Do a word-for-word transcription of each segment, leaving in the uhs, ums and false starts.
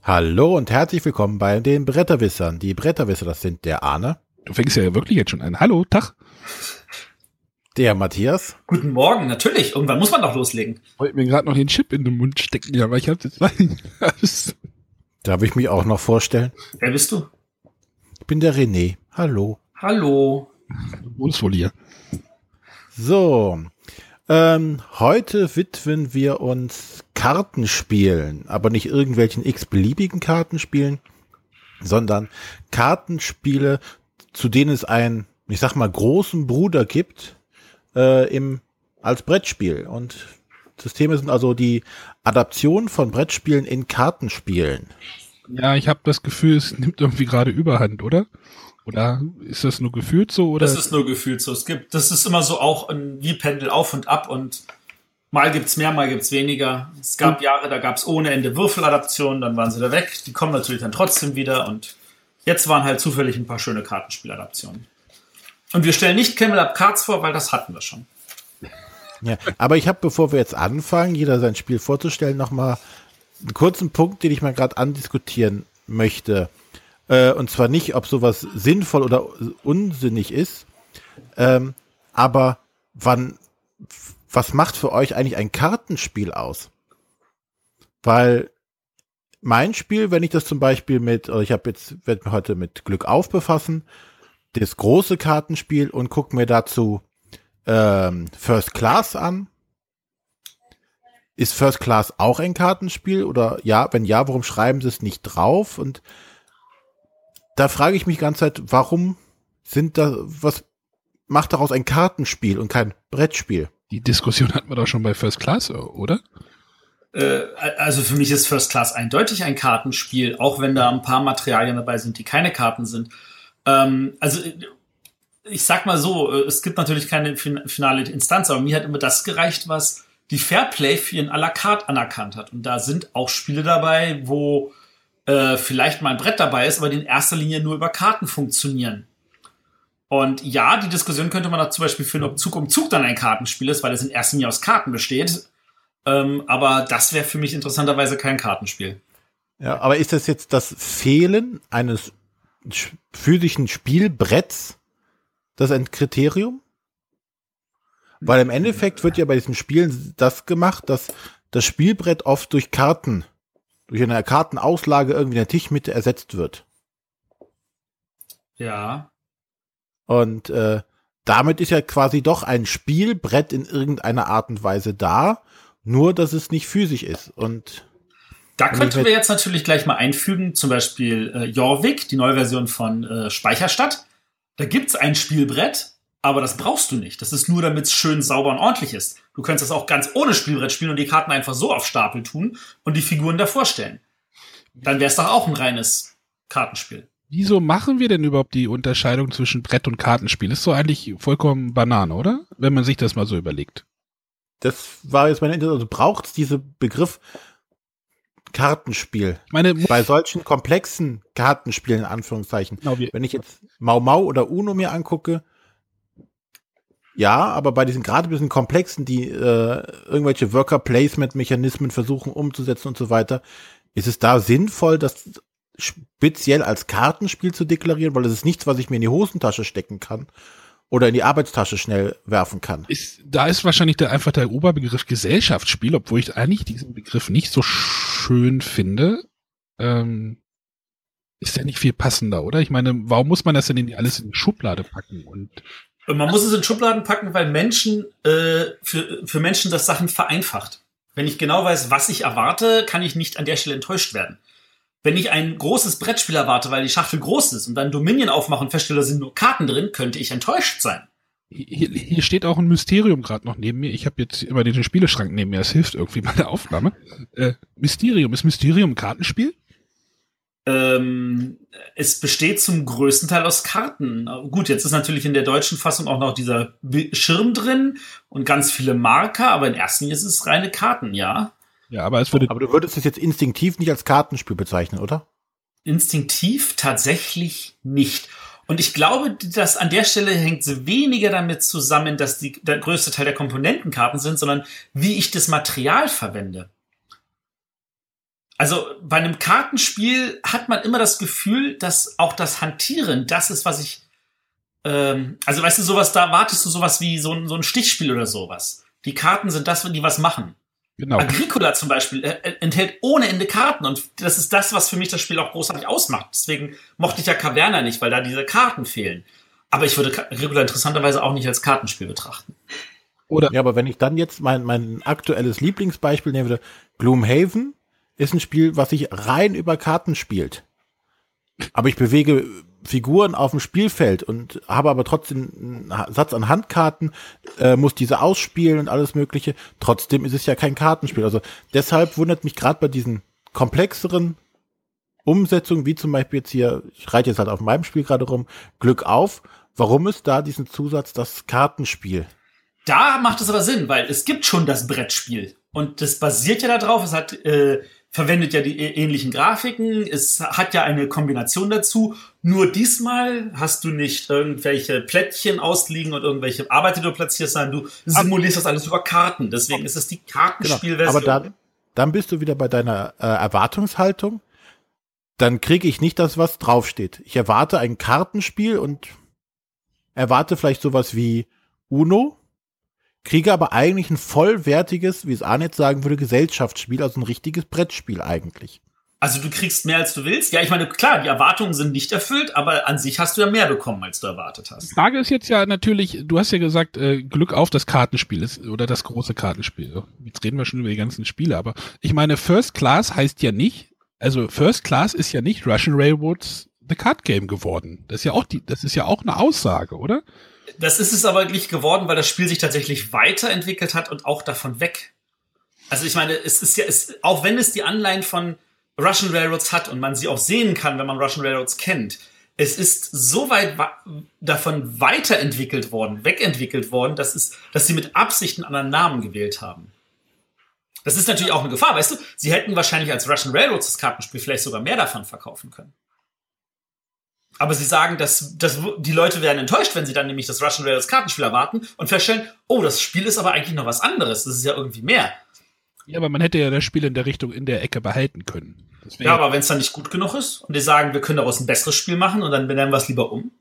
Hallo und herzlich willkommen bei den Bretterwissern. Die Bretterwisser, das sind der Arne. Du fängst ja wirklich jetzt schon an. Hallo, Tag. Der Matthias. Guten Morgen, natürlich. Irgendwann muss man doch loslegen. Ich wollte mir gerade noch den Chip in den Mund stecken, ja, aber ich habe jetzt... Darf ich mich auch noch vorstellen? Wer bist du? Ich bin der René. Hallo. Hallo. Du wohnst wohl hier. So, ähm, heute widmen wir uns Kartenspielen, aber nicht irgendwelchen x-beliebigen Kartenspielen, sondern Kartenspiele, zu denen es einen, ich sag mal, großen Bruder gibt, äh, im, als Brettspiel. Und das Thema sind also die Adaption von Brettspielen in Kartenspielen. Ja, ich habe das Gefühl, es nimmt irgendwie gerade Überhand, oder? Oder ist das nur gefühlt so? Oder? Das ist nur gefühlt so. Es gibt, das ist immer so auch ein, wie Pendel auf und ab und mal gibt's mehr, mal gibt's weniger. Es gab Jahre, da gab's ohne Ende Würfeladaptionen, dann waren sie da weg. Die kommen natürlich dann trotzdem wieder und jetzt waren halt zufällig ein paar schöne Kartenspieladaptionen. Und wir stellen nicht Camel Up Cards vor, weil das hatten wir schon. Ja, aber ich habe, bevor wir jetzt anfangen, jeder sein Spiel vorzustellen, nochmal einen kurzen Punkt, den ich mal gerade andiskutieren möchte. Äh, und zwar nicht, ob sowas sinnvoll oder unsinnig ist, ähm, aber wann, was macht für euch eigentlich ein Kartenspiel aus? Weil mein Spiel, wenn ich das zum Beispiel mit, oder ich habe jetzt, werde mir heute mit Glück auf befassen, das große Kartenspiel und gucke mir dazu ähm, First Class an. Ist First Class auch ein Kartenspiel? Oder ja, wenn ja, warum schreiben sie es nicht drauf? Und da frage ich mich die ganze Zeit, warum sind da, was macht daraus ein Kartenspiel und kein Brettspiel? Die Diskussion hatten wir doch schon bei First Class, oder? Äh, also für mich ist First Class eindeutig ein Kartenspiel, auch wenn da ein paar Materialien dabei sind, die keine Karten sind. Ähm, also ich sag mal so, es gibt natürlich keine finale Instanz, aber mir hat immer das gereicht, was die Fairplay für ihren à la carte anerkannt hat. Und da sind auch Spiele dabei, wo äh, vielleicht mal ein Brett dabei ist, aber die in erster Linie nur über Karten funktionieren. Und ja, die Diskussion könnte man da zum Beispiel führen, ob Zug um Zug dann ein Kartenspiel ist, weil es in erster Linie aus Karten besteht. Ähm, aber das wäre für mich interessanterweise kein Kartenspiel. Ja, aber ist das jetzt das Fehlen eines physischen Spielbretts das ein Kriterium? Weil im Endeffekt wird ja bei diesen Spielen das gemacht, dass das Spielbrett oft durch Karten, durch eine Kartenauslage irgendwie in der Tischmitte ersetzt wird. Ja. Und äh, damit ist ja quasi doch ein Spielbrett in irgendeiner Art und Weise da, nur dass es nicht physisch ist. Und da könnten wir jetzt natürlich gleich mal einfügen, zum Beispiel äh, Jorvik, die neue Version von äh, Speicherstadt. Da gibt's ein Spielbrett, aber das brauchst du nicht. Das ist nur, damit es schön sauber und ordentlich ist. Du könntest das auch ganz ohne Spielbrett spielen und die Karten einfach so auf Stapel tun und die Figuren davor stellen. Dann wäre es doch auch ein reines Kartenspiel. Wieso machen wir denn überhaupt die Unterscheidung zwischen Brett- und Kartenspiel? Ist so eigentlich vollkommen Banane, oder? Wenn man sich das mal so überlegt. Das war jetzt mein Interesse. Also braucht es diesen Begriff Kartenspiel. Ich meine, bei solchen komplexen Kartenspielen, in Anführungszeichen. Genau, wenn ich jetzt Mau Mau oder Uno mir angucke, ja, aber bei diesen gerade diesen komplexen, die äh, irgendwelche Worker-Placement-Mechanismen versuchen umzusetzen und so weiter, ist es da sinnvoll, das speziell als Kartenspiel zu deklarieren, weil das ist nichts, was ich mir in die Hosentasche stecken kann oder in die Arbeitstasche schnell werfen kann. Ist, da ist wahrscheinlich der, einfach der Oberbegriff Gesellschaftsspiel, obwohl ich eigentlich diesen Begriff nicht so schön finde. Ähm, ist ja nicht viel passender, oder? Ich meine, warum muss man das denn in, alles in die Schublade packen? Und man muss es in Schubladen packen, weil Menschen äh, für, für Menschen das Sachen vereinfacht. Wenn ich genau weiß, was ich erwarte, kann ich nicht an der Stelle enttäuscht werden. Wenn ich ein großes Brettspiel erwarte, weil die Schachtel groß ist und dann Dominion aufmache und feststelle, da sind nur Karten drin, könnte ich enttäuscht sein. Hier, hier steht auch ein Mysterium gerade noch neben mir. Ich habe jetzt immer den Spieleschrank neben mir. Das hilft irgendwie bei der Aufnahme. Äh, Mysterium. Ist Mysterium ein Kartenspiel? Ähm, es besteht zum größten Teil aus Karten. Gut, jetzt ist natürlich in der deutschen Fassung auch noch dieser Schirm drin und ganz viele Marker, aber in erster Linie ist es reine Karten, ja. Ja, aber es würde. Aber du würdest es jetzt instinktiv nicht als Kartenspiel bezeichnen, oder? Instinktiv tatsächlich nicht. Und ich glaube, dass an der Stelle hängt es weniger damit zusammen, dass die, der größte Teil der Komponenten Karten sind, sondern wie ich das Material verwende. Also bei einem Kartenspiel hat man immer das Gefühl, dass auch das Hantieren, das ist, was ich, ähm, also weißt du, sowas, da wartest du sowas wie so ein, so ein Stichspiel oder sowas. Die Karten sind das, die was machen. Genau. Agricola zum Beispiel äh, enthält ohne Ende Karten und das ist das, was für mich das Spiel auch großartig ausmacht. Deswegen mochte ich ja Caverna nicht, weil da diese Karten fehlen. Aber ich würde Agricola interessanterweise auch nicht als Kartenspiel betrachten. Oder ja, aber wenn ich dann jetzt mein, mein aktuelles Lieblingsbeispiel nehmen würde, Gloomhaven ist ein Spiel, was sich rein über Karten spielt. Aber ich bewege Figuren auf dem Spielfeld und habe aber trotzdem einen Satz an Handkarten, äh, muss diese ausspielen und alles Mögliche. Trotzdem ist es ja kein Kartenspiel. Also deshalb wundert mich gerade bei diesen komplexeren Umsetzungen, wie zum Beispiel jetzt hier, ich reite jetzt halt auf meinem Spiel gerade rum, Glück auf, warum ist da diesen Zusatz, das Kartenspiel? Da macht es aber Sinn, weil es gibt schon das Brettspiel. Und das basiert ja darauf, es hat äh, verwendet ja die ähnlichen Grafiken, es hat ja eine Kombination dazu. Nur diesmal hast du nicht irgendwelche Plättchen ausliegen und irgendwelche Arbeiter, die du platzierst, sondern du simulierst das alles über Karten. Deswegen ist es die Kartenspielversion. Genau. Aber dann, dann bist du wieder bei deiner äh, Erwartungshaltung. Dann kriege ich nicht das, was draufsteht. Ich erwarte ein Kartenspiel und erwarte vielleicht sowas wie Uno, kriege aber eigentlich ein vollwertiges, wie es Arne jetzt sagen würde, Gesellschaftsspiel, also ein richtiges Brettspiel eigentlich. Also du kriegst mehr, als du willst? Ja, ich meine, klar, die Erwartungen sind nicht erfüllt, aber an sich hast du ja mehr bekommen, als du erwartet hast. Die Frage ist jetzt ja natürlich, du hast ja gesagt, äh, Glück auf, das Kartenspiel ist, oder das große Kartenspiel. Jetzt reden wir schon über die ganzen Spiele, aber ich meine, First Class heißt ja nicht, also First Class ist ja nicht Russian Railroads The Card Game geworden. Das ist ja auch die, das ist ja auch eine Aussage, oder? Das ist es aber nicht geworden, weil das Spiel sich tatsächlich weiterentwickelt hat und auch davon weg. Also ich meine, es ist ja, es, auch wenn es die Anleihen von Russian Railroads hat und man sie auch sehen kann, wenn man Russian Railroads kennt, es ist so weit wa- davon weiterentwickelt worden, wegentwickelt worden, dass, es, dass sie mit Absicht einen anderen Namen gewählt haben. Das ist natürlich auch eine Gefahr, weißt du? Sie hätten wahrscheinlich als Russian Railroads das Kartenspiel vielleicht sogar mehr davon verkaufen können. Aber sie sagen, dass, dass die Leute werden enttäuscht, wenn sie dann nämlich das Russian Railroads Kartenspiel erwarten und feststellen, oh, das Spiel ist aber eigentlich noch was anderes. Das ist ja irgendwie mehr. Ja, aber man hätte ja das Spiel in der Richtung, in der Ecke behalten können. Ja, aber wenn es dann nicht gut genug ist und die sagen, wir können daraus ein besseres Spiel machen und dann benennen wir es lieber um.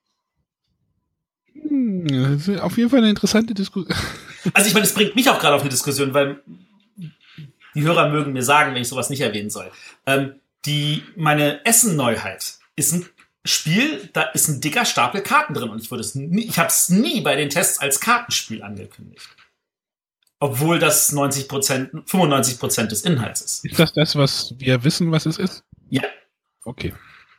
Hm, das ist auf jeden Fall eine interessante Diskussion. Also ich meine, es bringt mich auch gerade auf eine Diskussion, weil die Hörer mögen mir sagen, wenn ich sowas nicht erwähnen soll. Ähm, die, meine Essen-Neuheit ist ein Spiel, da ist ein dicker Stapel Karten drin und ich würde es nie, ich habe es nie bei den Tests als Kartenspiel angekündigt. Obwohl das neunzig Prozent, fünfundneunzig Prozent des Inhalts ist. Ist das das, was wir wissen, was es ist? Ja. Okay.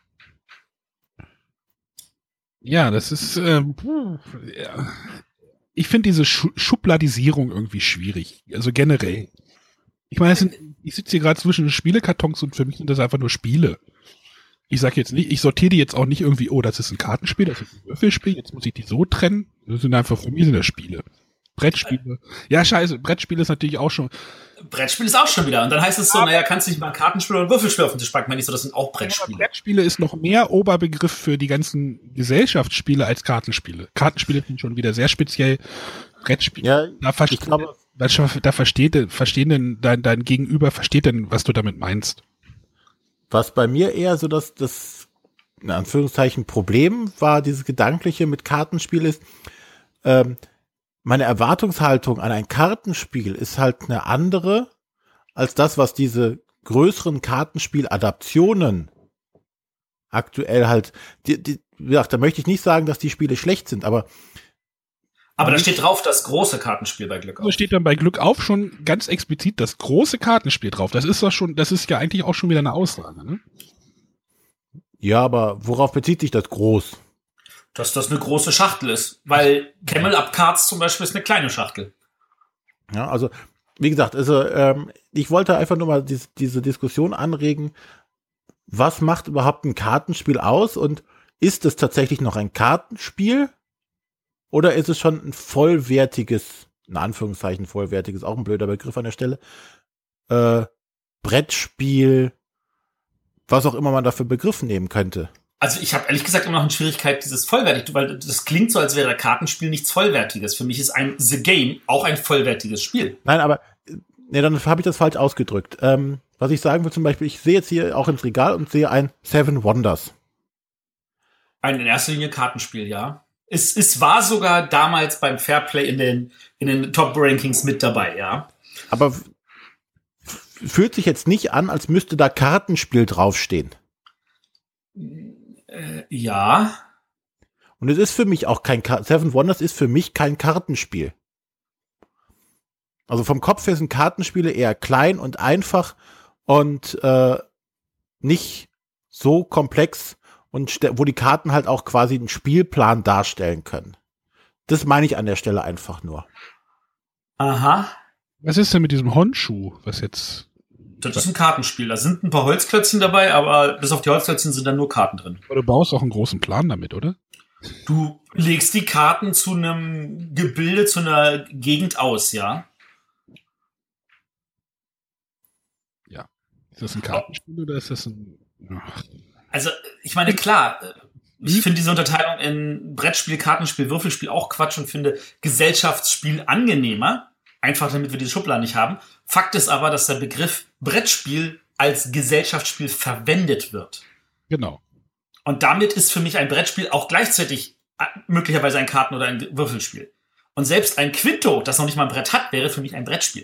Ja, das ist, ähm, ja. Ich finde diese Schu- Schubladisierung irgendwie schwierig. Also generell. Ich meine, es sind, ich sitze hier gerade zwischen den Spielekartons und für mich sind das einfach nur Spiele. Ich sag jetzt nicht, ich sortiere die jetzt auch nicht irgendwie, oh, das ist ein Kartenspiel, das ist ein Würfelspiel, jetzt muss ich die so trennen. Das sind einfach, für mich sind das Spiele. Brettspiele. Ja, scheiße, Brettspiel ist natürlich auch schon. Brettspiel ist auch schon wieder. Und dann heißt es so, naja, kannst du nicht mal ein Kartenspiel oder ein Würfelspiel auf den Tisch packen, wenn nicht so, das sind auch Brettspiele. Ja, Brettspiele ist noch mehr Oberbegriff für die ganzen Gesellschaftsspiele als Kartenspiele. Kartenspiele sind schon wieder sehr speziell. Brettspiele. Ja, da versteht, ich glaube, da, da versteht, verstehen denn dein, dein Gegenüber, versteht denn, was du damit meinst. Was bei mir eher so das, das, in Anführungszeichen, Problem war, dieses Gedankliche mit Kartenspiel ist, ähm, meine Erwartungshaltung an ein Kartenspiel ist halt eine andere als das, was diese größeren Kartenspiel-Adaptionen aktuell halt, die, die, wie gesagt, da möchte ich nicht sagen, dass die Spiele schlecht sind, aber Aber da steht drauf das große Kartenspiel bei Glück auf. Da steht dann bei Glück auf schon ganz explizit das große Kartenspiel drauf. Das ist doch schon, das ist ja eigentlich auch schon wieder eine Aussage, ne? Ja, aber worauf bezieht sich das groß? Dass das eine große Schachtel ist. Weil Camel Up Cards zum Beispiel ist eine kleine Schachtel. Ja, also, wie gesagt, also, ähm, ich wollte einfach nur mal dies, diese Diskussion anregen, was macht überhaupt ein Kartenspiel aus und ist es tatsächlich noch ein Kartenspiel oder ist es schon ein vollwertiges, in Anführungszeichen vollwertiges, auch ein blöder Begriff an der Stelle, äh, Brettspiel, was auch immer man dafür Begriff nehmen könnte? Also ich habe ehrlich gesagt immer noch eine Schwierigkeit, dieses vollwertig, weil das klingt so, als wäre Kartenspiel nichts Vollwertiges. Für mich ist ein The Game auch ein vollwertiges Spiel. Nein, aber, ne, dann habe ich das falsch ausgedrückt. Ähm, Was ich sagen will zum Beispiel, ich sehe jetzt hier auch ins Regal und sehe ein Seven Wonders. Ein in erster Linie Kartenspiel, ja. Es, es war sogar damals beim Fairplay in den, in den Top-Rankings mit dabei, ja. Aber f- fühlt sich jetzt nicht an, als müsste da Kartenspiel draufstehen. Äh, ja. Und es ist für mich auch kein Ka- Seven Wonders ist für mich kein Kartenspiel. Also vom Kopf her sind Kartenspiele eher klein und einfach und äh, nicht so komplex und st- wo die Karten halt auch quasi einen Spielplan darstellen können. Das meine ich an der Stelle einfach nur. Aha. Was ist denn mit diesem Honshu, was jetzt... Das ist ein Kartenspiel. Da sind ein paar Holzklötzchen dabei, aber bis auf die Holzklötzchen sind da nur Karten drin. Aber du baust auch einen großen Plan damit, oder? Du legst die Karten zu einem Gebilde, zu einer Gegend aus, ja. Ja. Ist das ein Kartenspiel oder ist das ein... Also, ich meine, klar, ich finde diese Unterteilung in Brettspiel, Kartenspiel, Würfelspiel auch Quatsch und finde Gesellschaftsspiel angenehmer. Einfach, damit wir diese Schubladen nicht haben. Fakt ist aber, dass der Begriff Brettspiel als Gesellschaftsspiel verwendet wird. Genau. Und damit ist für mich ein Brettspiel auch gleichzeitig möglicherweise ein Karten- oder ein Würfelspiel. Und selbst ein Quinto, das noch nicht mal ein Brett hat, wäre für mich ein Brettspiel.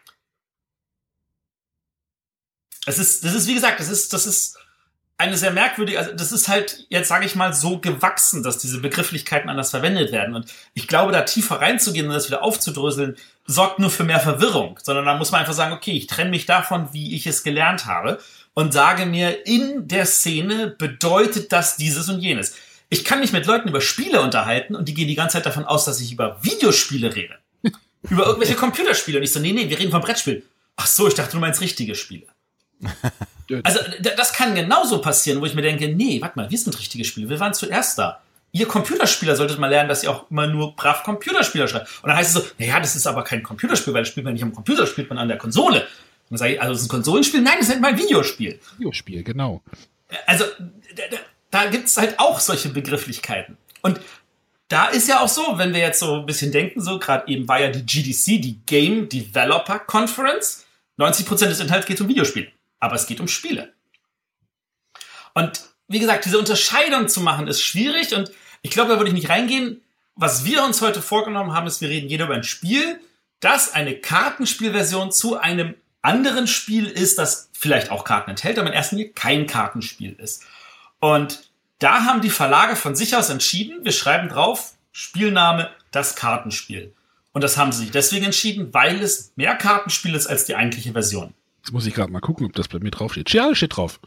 Es ist, das ist, wie gesagt, das ist, das ist eine sehr merkwürdige, also das ist halt, jetzt sage ich mal, so gewachsen, dass diese Begrifflichkeiten anders verwendet werden. Und ich glaube, da tiefer reinzugehen und das wieder aufzudröseln, sorgt nur für mehr Verwirrung. Sondern da muss man einfach sagen, okay, ich trenne mich davon, wie ich es gelernt habe und sage mir, in der Szene bedeutet das dieses und jenes. Ich kann mich mit Leuten über Spiele unterhalten und die gehen die ganze Zeit davon aus, dass ich über Videospiele rede. Über irgendwelche Computerspiele. Und ich so, nee, nee, wir reden von Brettspielen. Ach so, ich dachte, du meinst richtige Spiele. Also d- das kann genauso passieren, wo ich mir denke, nee, warte mal, wir sind richtige Spiele, wir waren zuerst da. Ihr Computerspieler solltet mal lernen, dass ihr auch immer nur brav Computerspieler schreibt. Und dann heißt es so, naja, das ist aber kein Computerspiel, weil das spielt man nicht am Computer, das spielt man an der Konsole. Und dann sage ich, also das ist ein Konsolenspiel? Nein, das ist halt mal ein Videospiel. Videospiel, genau. Also da, da, da gibt's halt auch solche Begrifflichkeiten. Und da ist ja auch so, wenn wir jetzt so ein bisschen denken, so gerade eben war ja die G D C, die Game Developer Conference, neunzig Prozent des Inhalts geht um Videospiele. Aber es geht um Spiele. Und wie gesagt, diese Unterscheidung zu machen, ist schwierig. Und ich glaube, da würde ich nicht reingehen. Was wir uns heute vorgenommen haben, ist, wir reden jeder über ein Spiel, das eine Kartenspielversion zu einem anderen Spiel ist, das vielleicht auch Karten enthält, aber in erster Linie kein Kartenspiel ist. Und da haben die Verlage von sich aus entschieden, wir schreiben drauf, Spielname, das Kartenspiel. Und das haben sie sich deswegen entschieden, weil es mehr Kartenspiel ist als die eigentliche Version. Jetzt muss ich gerade mal gucken, ob das bei mir draufsteht. Ja, das steht drauf.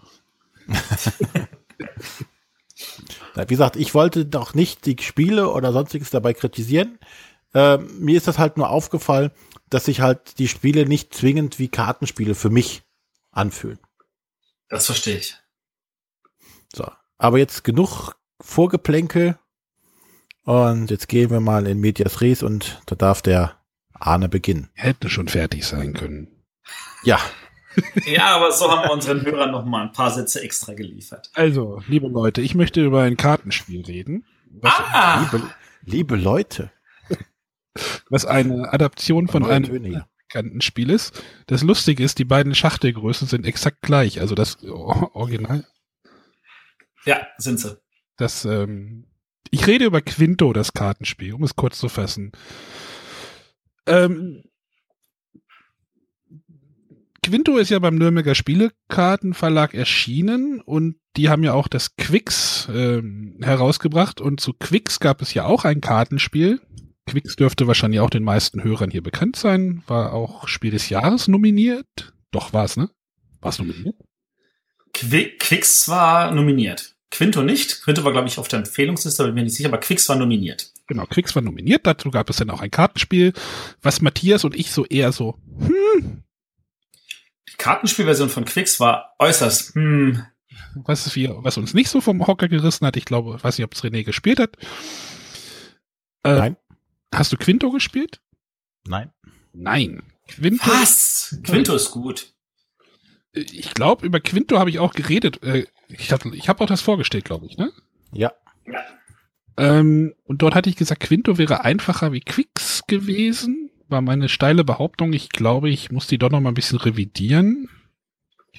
Wie gesagt, ich wollte doch nicht die Spiele oder sonstiges dabei kritisieren. Äh, mir ist das halt nur aufgefallen, dass sich halt die Spiele nicht zwingend wie Kartenspiele für mich anfühlen. Das verstehe ich. So, aber jetzt genug Vorgeplänkel und jetzt gehen wir mal in Medias Res und da darf der Arne beginnen. Hätte schon fertig sein können. Ja. Ja, aber so haben wir unseren Hörern noch mal ein paar Sätze extra geliefert. Also, liebe Leute, ich möchte über ein Kartenspiel reden. Was, Ah! Liebe, liebe Leute. was eine Adaption von Neue einem Töne. bekannten Spiel ist. Das Lustige ist, die beiden Schachtelgrößen sind exakt gleich. Also das Or- Original. Ja, sind sie. Das, ähm, ich rede über Quinto, das Kartenspiel, um es kurz zu fassen. Ähm, Quinto ist ja beim Nürnberger Spielekartenverlag erschienen und die haben ja auch das Quix ähm, herausgebracht und zu Quix gab es ja auch ein Kartenspiel. Quix dürfte wahrscheinlich auch den meisten Hörern hier bekannt sein, war auch Spiel des Jahres nominiert. Doch, war es, ne? War es nominiert? Qu- Quix war nominiert. Quinto nicht. Quinto war, glaube ich, auf der Empfehlungsliste, bin mir nicht sicher, aber Quix war nominiert. Genau, Quix war nominiert, dazu gab es dann auch ein Kartenspiel, was Matthias und ich so eher so, hm, Die Kartenspielversion von Quix war äußerst, hm, was, wir, was uns nicht so vom Hocker gerissen hat. Ich glaube, ich weiß nicht, ob es René gespielt hat. Äh, Nein. Hast du Quinto gespielt? Nein. Nein. Quinto, was? Quinto ist gut. ich glaube, über Quinto habe ich auch geredet. Äh, ich habe ich hab auch das vorgestellt, glaube ich, ne? Ja. Ja. Ähm, und dort hatte ich gesagt, Quinto wäre einfacher wie Quix gewesen. War meine steile Behauptung. Ich glaube, ich muss die doch noch mal ein bisschen revidieren.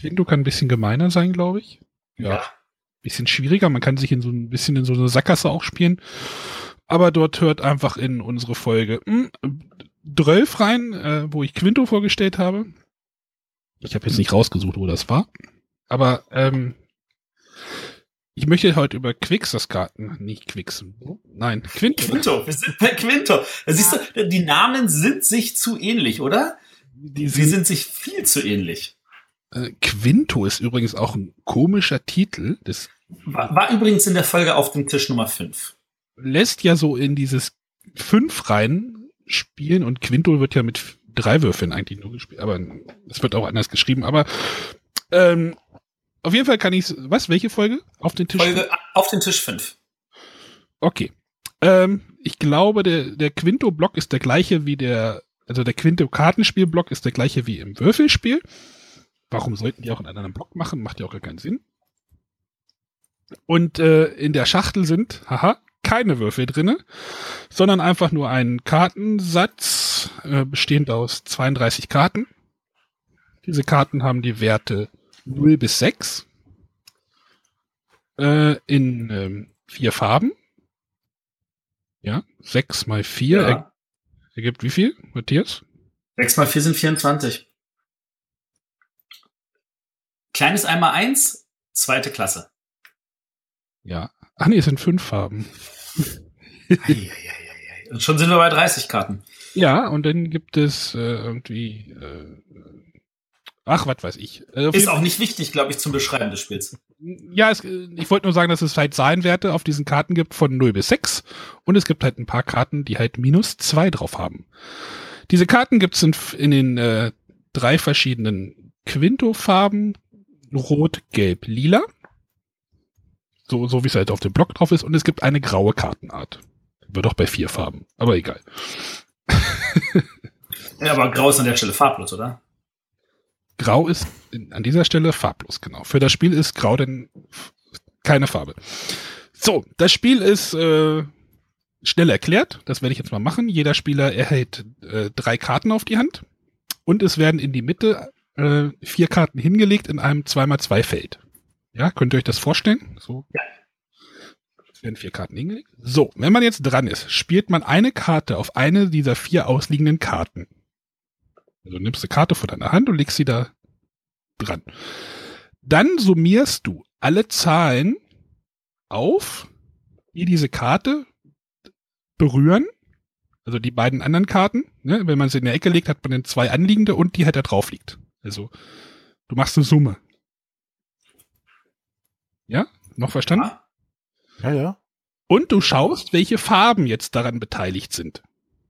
Quinto kann ein bisschen gemeiner sein, glaube ich. Ja. Ja. Bisschen schwieriger. Man kann sich in so ein bisschen in so eine Sackgasse auch spielen. Aber dort hört einfach in unsere Folge hm, Drölf rein, äh, wo ich Quinto vorgestellt habe. Ich habe jetzt nicht rausgesucht, wo das war. Aber ähm, ich möchte heute über Quixos-Karten, nicht Quix. Nein, Quinto. Quinto, wir sind bei Quinto. Da siehst du, die Namen sind sich zu ähnlich, oder? Die Sie sind sich viel zu ähnlich. Äh, Quinto ist übrigens auch ein komischer Titel. Das War, war übrigens in der Folge auf dem Tisch Nummer fünf. Lässt ja so in dieses fünf rein spielen und Quinto wird ja mit drei Würfeln eigentlich nur gespielt, aber es wird auch anders geschrieben. Aber ähm, auf jeden Fall kann ich, was, welche Folge? Auf den Tisch? Folge auf den Tisch fünf. Okay. Ähm, ich glaube, der, der Quinto-Block ist der gleiche wie der, also der Quinto-Kartenspiel-Block ist der gleiche wie im Würfelspiel. Warum sollten die auch einen anderen Block machen? Macht ja auch gar keinen Sinn. Und äh, in der Schachtel sind, haha, keine Würfel drinne, sondern einfach nur ein Kartensatz, äh, bestehend aus zweiunddreißig Karten. Diese Karten haben die Werte null bis sechs äh, in ähm, vier Farben. Ja, sechs mal vier Ja. er, ergibt wie viel, Matthias? sechs mal vier sind vierundzwanzig. Kleines einmal eins, zweite Klasse. Ja. Ach nee, es sind fünf Farben. Eieieiei. Und schon sind wir bei dreißig Karten. Ja, und dann gibt es äh, irgendwie äh, ach, was weiß ich. Äh, auf Ist jeden- auch nicht wichtig, glaube ich, zum Beschreiben des Spiels. Ja, es, ich wollte nur sagen, dass es halt Zahlenwerte auf diesen Karten gibt von null bis sechs und es gibt halt ein paar Karten, die halt minus zwei drauf haben. Diese Karten gibt es in, in den äh, drei verschiedenen Quinto-Farben, Rot, Gelb, Lila. So, so wie es halt auf dem Block drauf ist. Und es gibt eine graue Kartenart. Wird auch bei vier Farben, aber egal. Ja, aber grau ist an der Stelle farblos, oder? Grau ist in, an dieser Stelle farblos, genau. Für das Spiel ist Grau denn f- keine Farbe. So, das Spiel ist äh, schnell erklärt. Das werde ich jetzt mal machen. Jeder Spieler erhält äh, drei Karten auf die Hand und es werden in die Mitte äh, vier Karten hingelegt in einem zwei mal zwei Feld. Ja, könnt ihr euch das vorstellen? So. Ja. Es werden vier Karten hingelegt. So, wenn man jetzt dran ist, spielt man eine Karte auf eine dieser vier ausliegenden Karten. Also nimmst eine Karte von deiner Hand und legst sie da dran. Dann summierst du alle Zahlen auf, die diese Karte berühren. Also die beiden anderen Karten. Ne? Wenn man sie in der Ecke legt, hat man dann zwei anliegende und die halt da drauf liegt. Also du machst eine Summe. Ja? Noch verstanden? Ja. Ja, ja. Und du schaust, welche Farben jetzt daran beteiligt sind.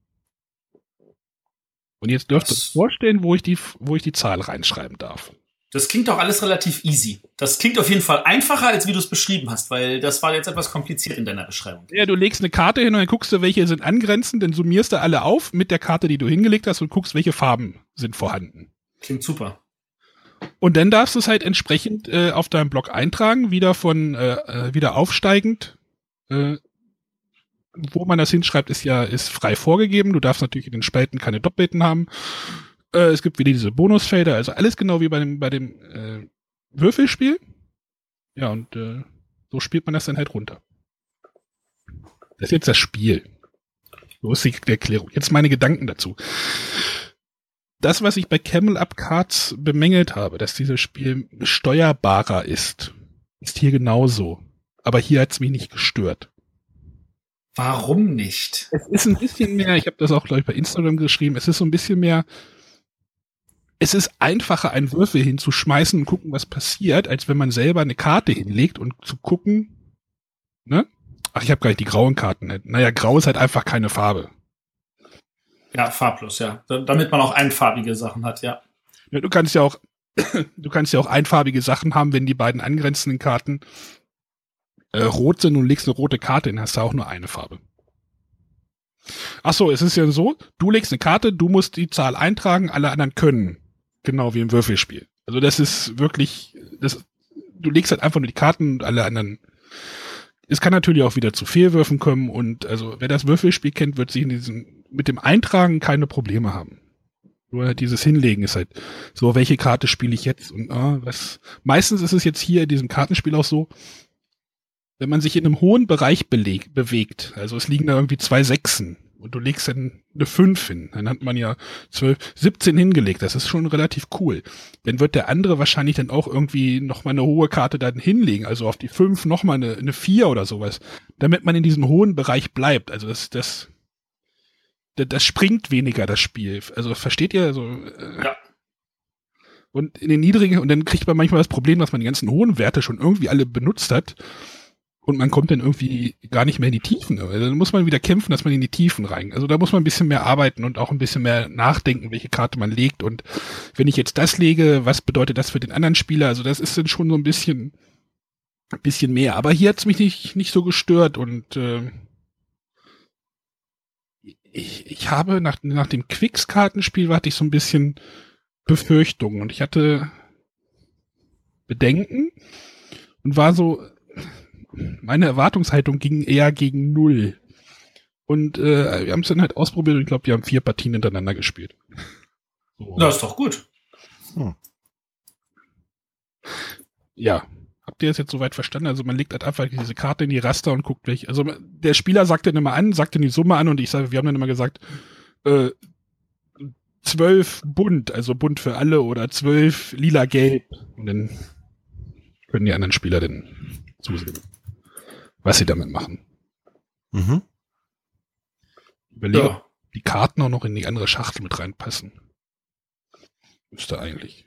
Und jetzt dürft ihr Das- euch vorstellen, wo ich die, wo ich die Zahl reinschreiben darf. Das klingt doch alles relativ easy. Das klingt auf jeden Fall einfacher, als wie du es beschrieben hast, weil das war jetzt etwas kompliziert in deiner Beschreibung. Ja, du legst eine Karte hin und dann guckst du, welche sind angrenzend, dann summierst du alle auf mit der Karte, die du hingelegt hast und guckst, welche Farben sind vorhanden. Klingt super. Und dann darfst du es halt entsprechend äh, auf deinem Blog eintragen, wieder von äh, äh, wieder aufsteigend. Äh, wo man das hinschreibt, ist ja ist frei vorgegeben. Du darfst natürlich in den Spalten keine Doppelten haben. Äh, es gibt wieder diese Bonusfelder, also alles genau wie bei dem bei dem äh, Würfelspiel. Ja, und äh, so spielt man das dann halt runter. Das ist jetzt das Spiel. So ist die Erklärung. Jetzt meine Gedanken dazu. Das, was ich bei Camel Up Cards bemängelt habe, dass dieses Spiel steuerbarer ist, ist hier genauso. Aber hier hat es mich nicht gestört. Warum nicht? Es ist ein bisschen mehr, ich habe das auch, glaube ich, bei Instagram geschrieben, es ist so ein bisschen mehr, es ist einfacher, einen Würfel hinzuschmeißen und gucken, was passiert, als wenn man selber eine Karte hinlegt und zu gucken, ne? Ach, ich habe gar nicht die grauen Karten. Naja, grau ist halt einfach keine Farbe. Ja, farblos, ja. Da- Damit man auch einfarbige Sachen hat, ja. Ja, du kannst ja auch, du kannst ja auch einfarbige Sachen haben, wenn die beiden angrenzenden Karten äh, rot sind und legst eine rote Karte hin, hast du auch nur eine Farbe. Ach so, es ist ja so, du legst eine Karte, du musst die Zahl eintragen, alle anderen können. Genau wie im Würfelspiel. Also das ist wirklich, das, du legst halt einfach nur die Karten und alle anderen. Es kann natürlich auch wieder zu Fehlwürfen kommen und also wer das Würfelspiel kennt, wird sich in diesem, mit dem Eintragen keine Probleme haben. Nur halt dieses Hinlegen ist halt so, welche Karte spiele ich jetzt? Und ah, was. Meistens ist es jetzt hier in diesem Kartenspiel auch so, wenn man sich in einem hohen Bereich beleg, bewegt, also es liegen da irgendwie zwei Sechsen und du legst dann eine fünf hin, dann hat man ja zwölf, siebzehn hingelegt, das ist schon relativ cool. Dann wird der andere wahrscheinlich dann auch irgendwie nochmal eine hohe Karte dann hinlegen, also auf die fünf nochmal eine, eine vier oder sowas, damit man in diesem hohen Bereich bleibt. Also das, das, das, das springt weniger, das Spiel. Also versteht ihr? Also, äh, Ja. Und in den niedrigen, und dann kriegt man manchmal das Problem, dass man die ganzen hohen Werte schon irgendwie alle benutzt hat. Und man kommt dann irgendwie gar nicht mehr in die Tiefen. Also dann muss man wieder kämpfen, dass man in die Tiefen rein. Also da muss man ein bisschen mehr arbeiten und auch ein bisschen mehr nachdenken, welche Karte man legt. Und wenn ich jetzt das lege, was bedeutet das für den anderen Spieler? Also das ist dann schon so ein bisschen, ein bisschen mehr. Aber hier hat's mich nicht, nicht so gestört. Und äh, ich, ich habe nach, nach dem Quicks-Kartenspiel hatte ich so ein bisschen Befürchtungen. Und ich hatte Bedenken und war so, meine Erwartungshaltung ging eher gegen null. Und äh, wir haben es dann halt ausprobiert und ich glaube, wir haben vier Partien hintereinander gespielt. So. Das ist doch gut. Hm. Ja. Habt ihr das jetzt soweit verstanden? Also man legt halt einfach diese Karte in die Raster und guckt, welche. Also der Spieler sagt dann immer an, sagt dann die Summe an und ich sage, wir haben dann immer gesagt, äh, zwölf bunt, also bunt für alle oder zwölf lila-gelb. Und dann können die anderen Spieler dann zusehen, was sie damit machen. Mhm. Überlege, Ja. ob die Karten auch noch in die andere Schachtel mit reinpassen. Müsste eigentlich.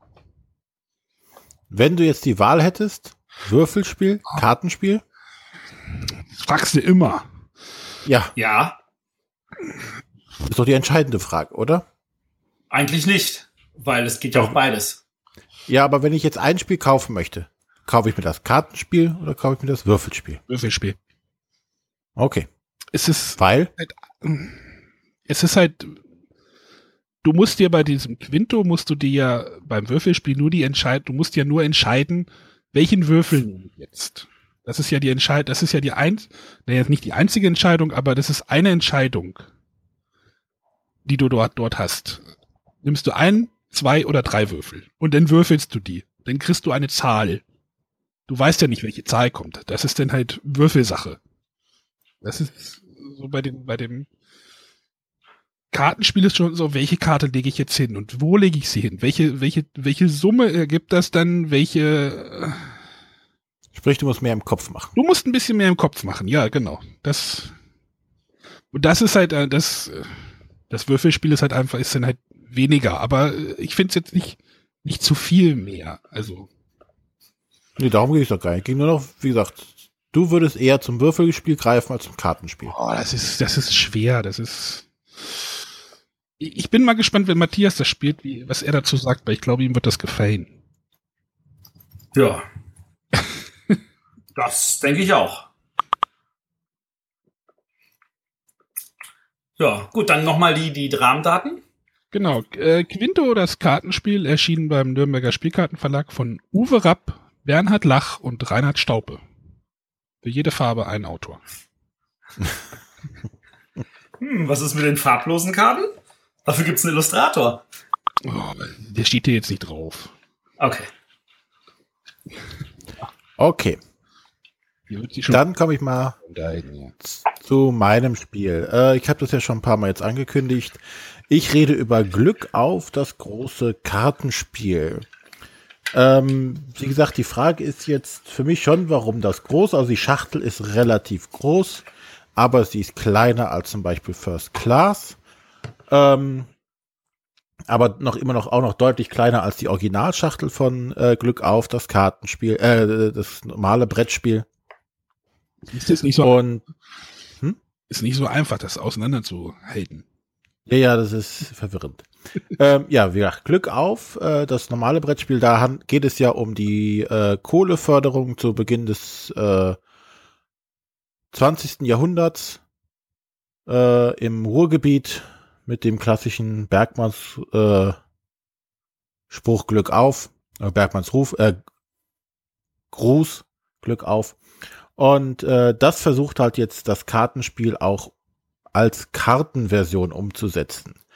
Wenn du jetzt die Wahl hättest, Würfelspiel, Kartenspiel? Das fragst du immer. Ja, Ja, ist doch die entscheidende Frage, oder? eigentlich nicht, weil es geht ja auch beides. Ja, aber wenn ich jetzt ein Spiel kaufen möchte, kaufe ich mir das Kartenspiel oder kaufe ich mir das Würfelspiel? Würfelspiel. Okay. Es ist Weil? Es ist halt, du musst dir bei diesem Quinto, musst du dir ja beim Würfelspiel nur die entscheiden, du musst ja nur entscheiden, welchen Würfel nehme ich jetzt. Das ist ja die Entscheidung, das ist ja die eins, naja, nicht die einzige Entscheidung, aber das ist eine Entscheidung, die du dort, dort hast. Nimmst du ein, zwei oder drei Würfel und dann würfelst du die. Dann kriegst du eine Zahl. Du weißt ja nicht, welche Zahl kommt. Das ist dann halt Würfelsache. Das ist so bei dem, bei dem Kartenspiel ist schon so, welche Karte lege ich jetzt hin und wo lege ich sie hin? Welche, welche, welche Summe ergibt das dann? Welche? Sprich, du musst mehr im Kopf machen. Du musst ein bisschen mehr im Kopf machen, ja, genau. Das, und das ist halt, äh, das, äh, das Würfelspiel ist halt einfach, ist dann halt weniger, aber äh, ich finde es jetzt nicht, nicht zu viel mehr, also. Nee, darum geht es doch gar nicht. Ging nur noch, wie gesagt, du würdest eher zum Würfelspiel greifen als zum Kartenspiel. Oh, das ist, das ist schwer, das ist, ich bin mal gespannt, wenn Matthias das spielt, wie, was er dazu sagt, weil ich glaube, ihm wird das gefallen. Ja. Das denke ich auch. Ja, gut, dann nochmal die, die Rahmendaten. Genau, äh, Quinto, das Kartenspiel, erschien beim Nürnberger Spielkartenverlag von Uwe Rapp, Bernhard Lach und Reinhard Staupe. Für jede Farbe ein Autor. Hm, was ist mit den farblosen Karten? Dafür gibt's einen Illustrator. Oh, der steht hier jetzt nicht drauf. Okay. Okay, Hier wird sie schon dann komme ich mal zu meinem Spiel. Äh, ich habe das ja schon ein paar Mal jetzt angekündigt. Ich rede über Glück auf, das große Kartenspiel. Ähm, wie gesagt, die Frage ist jetzt für mich schon, warum das groß? Also die Schachtel ist relativ groß, aber sie ist kleiner als zum Beispiel First Class. Ähm, aber noch immer noch auch noch deutlich kleiner als die Originalschachtel von äh, Glück auf, das Kartenspiel, äh, das normale Brettspiel. Ist das nicht so, Und ist nicht so einfach, das auseinanderzuhalten. ja, ja, das ist verwirrend. ähm, ja, wie gesagt, Glück auf, äh, das normale Brettspiel, da han- geht es ja um die äh, Kohleförderung zu Beginn des äh, zwanzigsten Jahrhunderts äh, im Ruhrgebiet mit dem klassischen Bergmanns äh, Spruch Glück auf, äh, Bergmanns Ruf, äh, Gruß, Glück auf. Und äh, das versucht halt jetzt das Kartenspiel auch als Kartenversion umzusetzen.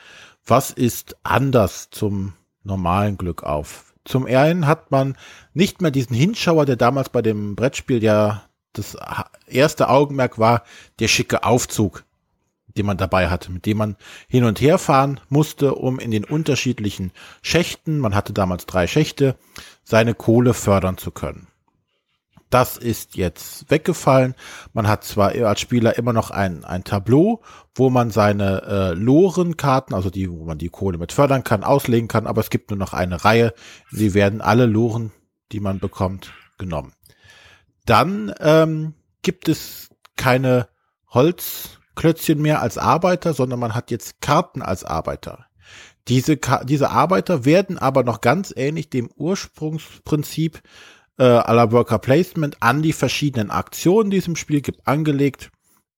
was ist anders zum normalen Glück auf? Zum einen hat man nicht mehr diesen Hinschauer, der damals bei dem Brettspiel ja das erste Augenmerk war, der schicke Aufzug, den man dabei hatte, mit dem man hin und her fahren musste, um in den unterschiedlichen Schächten, man hatte damals drei Schächte, seine Kohle fördern zu können. Das ist jetzt weggefallen. Man hat zwar als Spieler immer noch ein, ein Tableau, wo man seine äh, Lorenkarten, also die, wo man die Kohle mit fördern kann, auslegen kann, aber es gibt nur noch eine Reihe. Sie werden alle Loren, die man bekommt, genommen. Dann ähm, gibt es keine Holzklötzchen mehr als Arbeiter, sondern man hat jetzt Karten als Arbeiter. Diese, Ka- diese Arbeiter werden aber noch ganz ähnlich dem Ursprungsprinzip äh, à la Worker Placement an die verschiedenen Aktionen, die es im Spiel gibt, angelegt.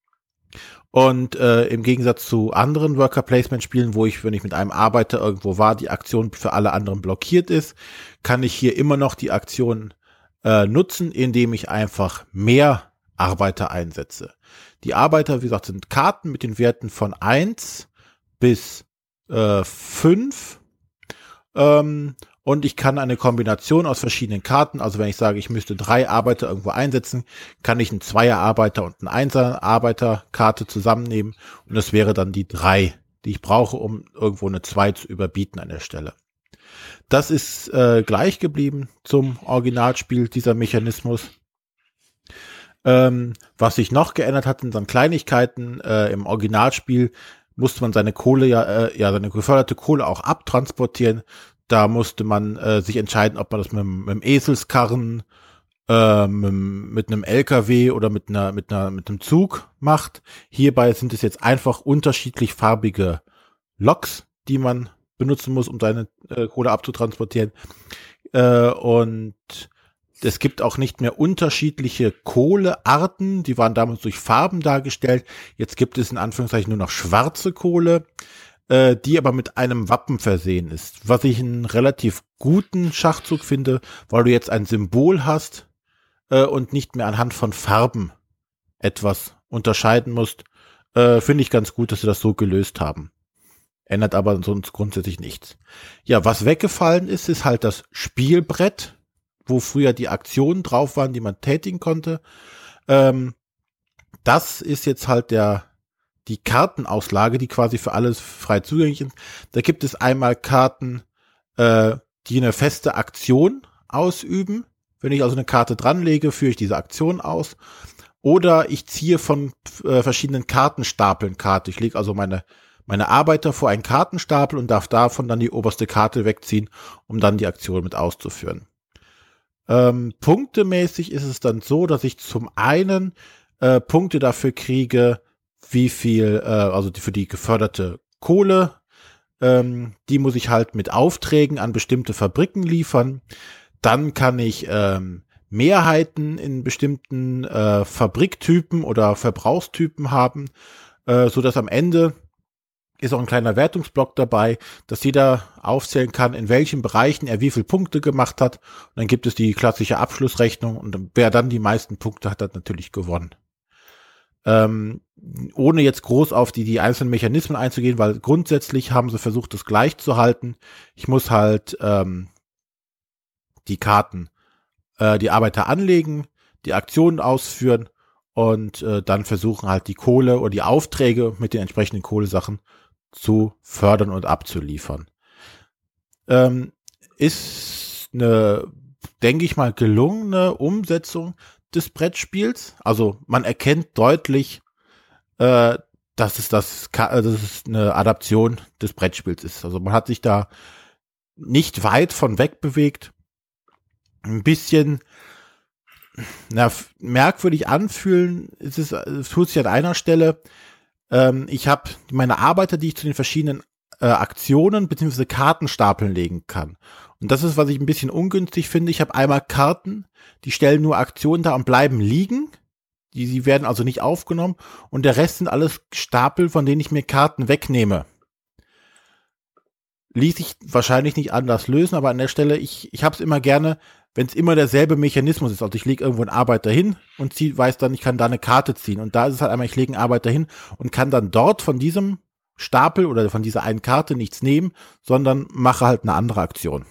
Und äh, im Gegensatz zu anderen Worker Placement Spielen, wo ich, wenn ich mit einem Arbeiter irgendwo war, die Aktion für alle anderen blockiert ist, kann ich hier immer noch die Aktion äh, nutzen, indem ich einfach mehr Arbeiter einsetze. Die Arbeiter, wie gesagt, sind Karten mit den Werten von eins bis äh, fünf. Ähm, und ich kann eine Kombination aus verschiedenen Karten, also wenn ich sage, ich müsste drei Arbeiter irgendwo einsetzen, kann ich einen Zweier-Arbeiter und eine Einser-Arbeiter-Karte zusammennehmen und das wäre dann die drei, die ich brauche, um irgendwo eine zwei zu überbieten an der Stelle. Das ist äh, gleich geblieben zum Originalspiel, dieser Mechanismus. Ähm, was sich noch geändert hat, sind dann Kleinigkeiten. Äh, im Originalspiel musste man seine Kohle ja, äh, ja seine geförderte Kohle auch abtransportieren. Da musste man äh, sich entscheiden, ob man das mit, mit einem Eselskarren, äh, mit, mit einem L K W oder mit einer mit einer mit einem Zug macht. Hierbei sind es jetzt einfach unterschiedlich farbige Loks, die man benutzen muss, um seine äh, Kohle abzutransportieren. Äh, und es gibt auch nicht mehr unterschiedliche Kohlearten, die waren damals durch Farben dargestellt. Jetzt gibt es in Anführungszeichen nur noch schwarze Kohle, äh, die aber mit einem Wappen versehen ist. Was ich einen relativ guten Schachzug finde, weil du jetzt ein Symbol hast äh, und nicht mehr anhand von Farben etwas unterscheiden musst. Äh, finde ich ganz gut, dass sie das so gelöst haben. Ändert aber sonst grundsätzlich nichts. Ja, was weggefallen ist, ist halt das Spielbrett, wo früher die Aktionen drauf waren, die man tätigen konnte. Ähm, das ist jetzt halt der die Kartenauslage, die quasi für alles frei zugänglich sind. Da gibt es einmal Karten, äh, die eine feste Aktion ausüben. Wenn ich also eine Karte dranlege, führe ich diese Aktion aus. Oder ich ziehe von äh, verschiedenen Kartenstapeln Karte. Ich lege also meine meine Arbeiter vor einen Kartenstapel und darf davon dann die oberste Karte wegziehen, um dann die Aktion mit auszuführen. Ähm, punktemäßig ist es dann so, dass ich zum einen äh, Punkte dafür kriege, wie viel, äh, also die, für die geförderte Kohle, ähm, die muss ich halt mit Aufträgen an bestimmte Fabriken liefern. Dann kann ich ähm, Mehrheiten in bestimmten äh, Fabriktypen oder Verbrauchstypen haben, äh, so dass am Ende ist auch ein kleiner Wertungsblock dabei, dass jeder aufzählen kann, in welchen Bereichen er wie viele Punkte gemacht hat. Und dann gibt es die klassische Abschlussrechnung und wer dann die meisten Punkte hat, hat natürlich gewonnen. Ähm, ohne jetzt groß auf die, die einzelnen Mechanismen einzugehen, weil grundsätzlich haben sie versucht, das gleich zu halten. Ich muss halt ähm, die Karten, äh, die Arbeiter anlegen, die Aktionen ausführen und äh, dann versuchen halt die Kohle oder die Aufträge mit den entsprechenden Kohlesachen zu fördern und abzuliefern. Ähm, ist eine, denke ich mal, gelungene Umsetzung des Brettspiels. Also man erkennt deutlich, äh, dass es das, dass es eine Adaption des Brettspiels ist. Also man hat sich da nicht weit von weg bewegt. Ein bisschen na, merkwürdig anfühlen ist es, es tut sich an einer Stelle. Ähm, ich habe meine Arbeiter, die ich zu den verschiedenen äh, Aktionen bzw. Kartenstapeln legen kann. Und das ist, was ich ein bisschen ungünstig finde. Ich habe einmal Karten, die stellen nur Aktionen da und bleiben liegen. Die, die werden also nicht aufgenommen. Und der Rest sind alles Stapel, von denen ich mir Karten wegnehme. Ließ sich wahrscheinlich nicht anders lösen, aber an der Stelle, ich, ich habe es immer gerne, wenn es immer derselbe Mechanismus ist. Also ich lege irgendwo einen Arbeiter hin und zieh, weiß dann, ich kann da eine Karte ziehen. Und da ist es halt einmal, ich lege einen Arbeiter hin und kann dann dort von diesem Stapel oder von dieser einen Karte nichts nehmen, sondern mache halt eine andere Aktion.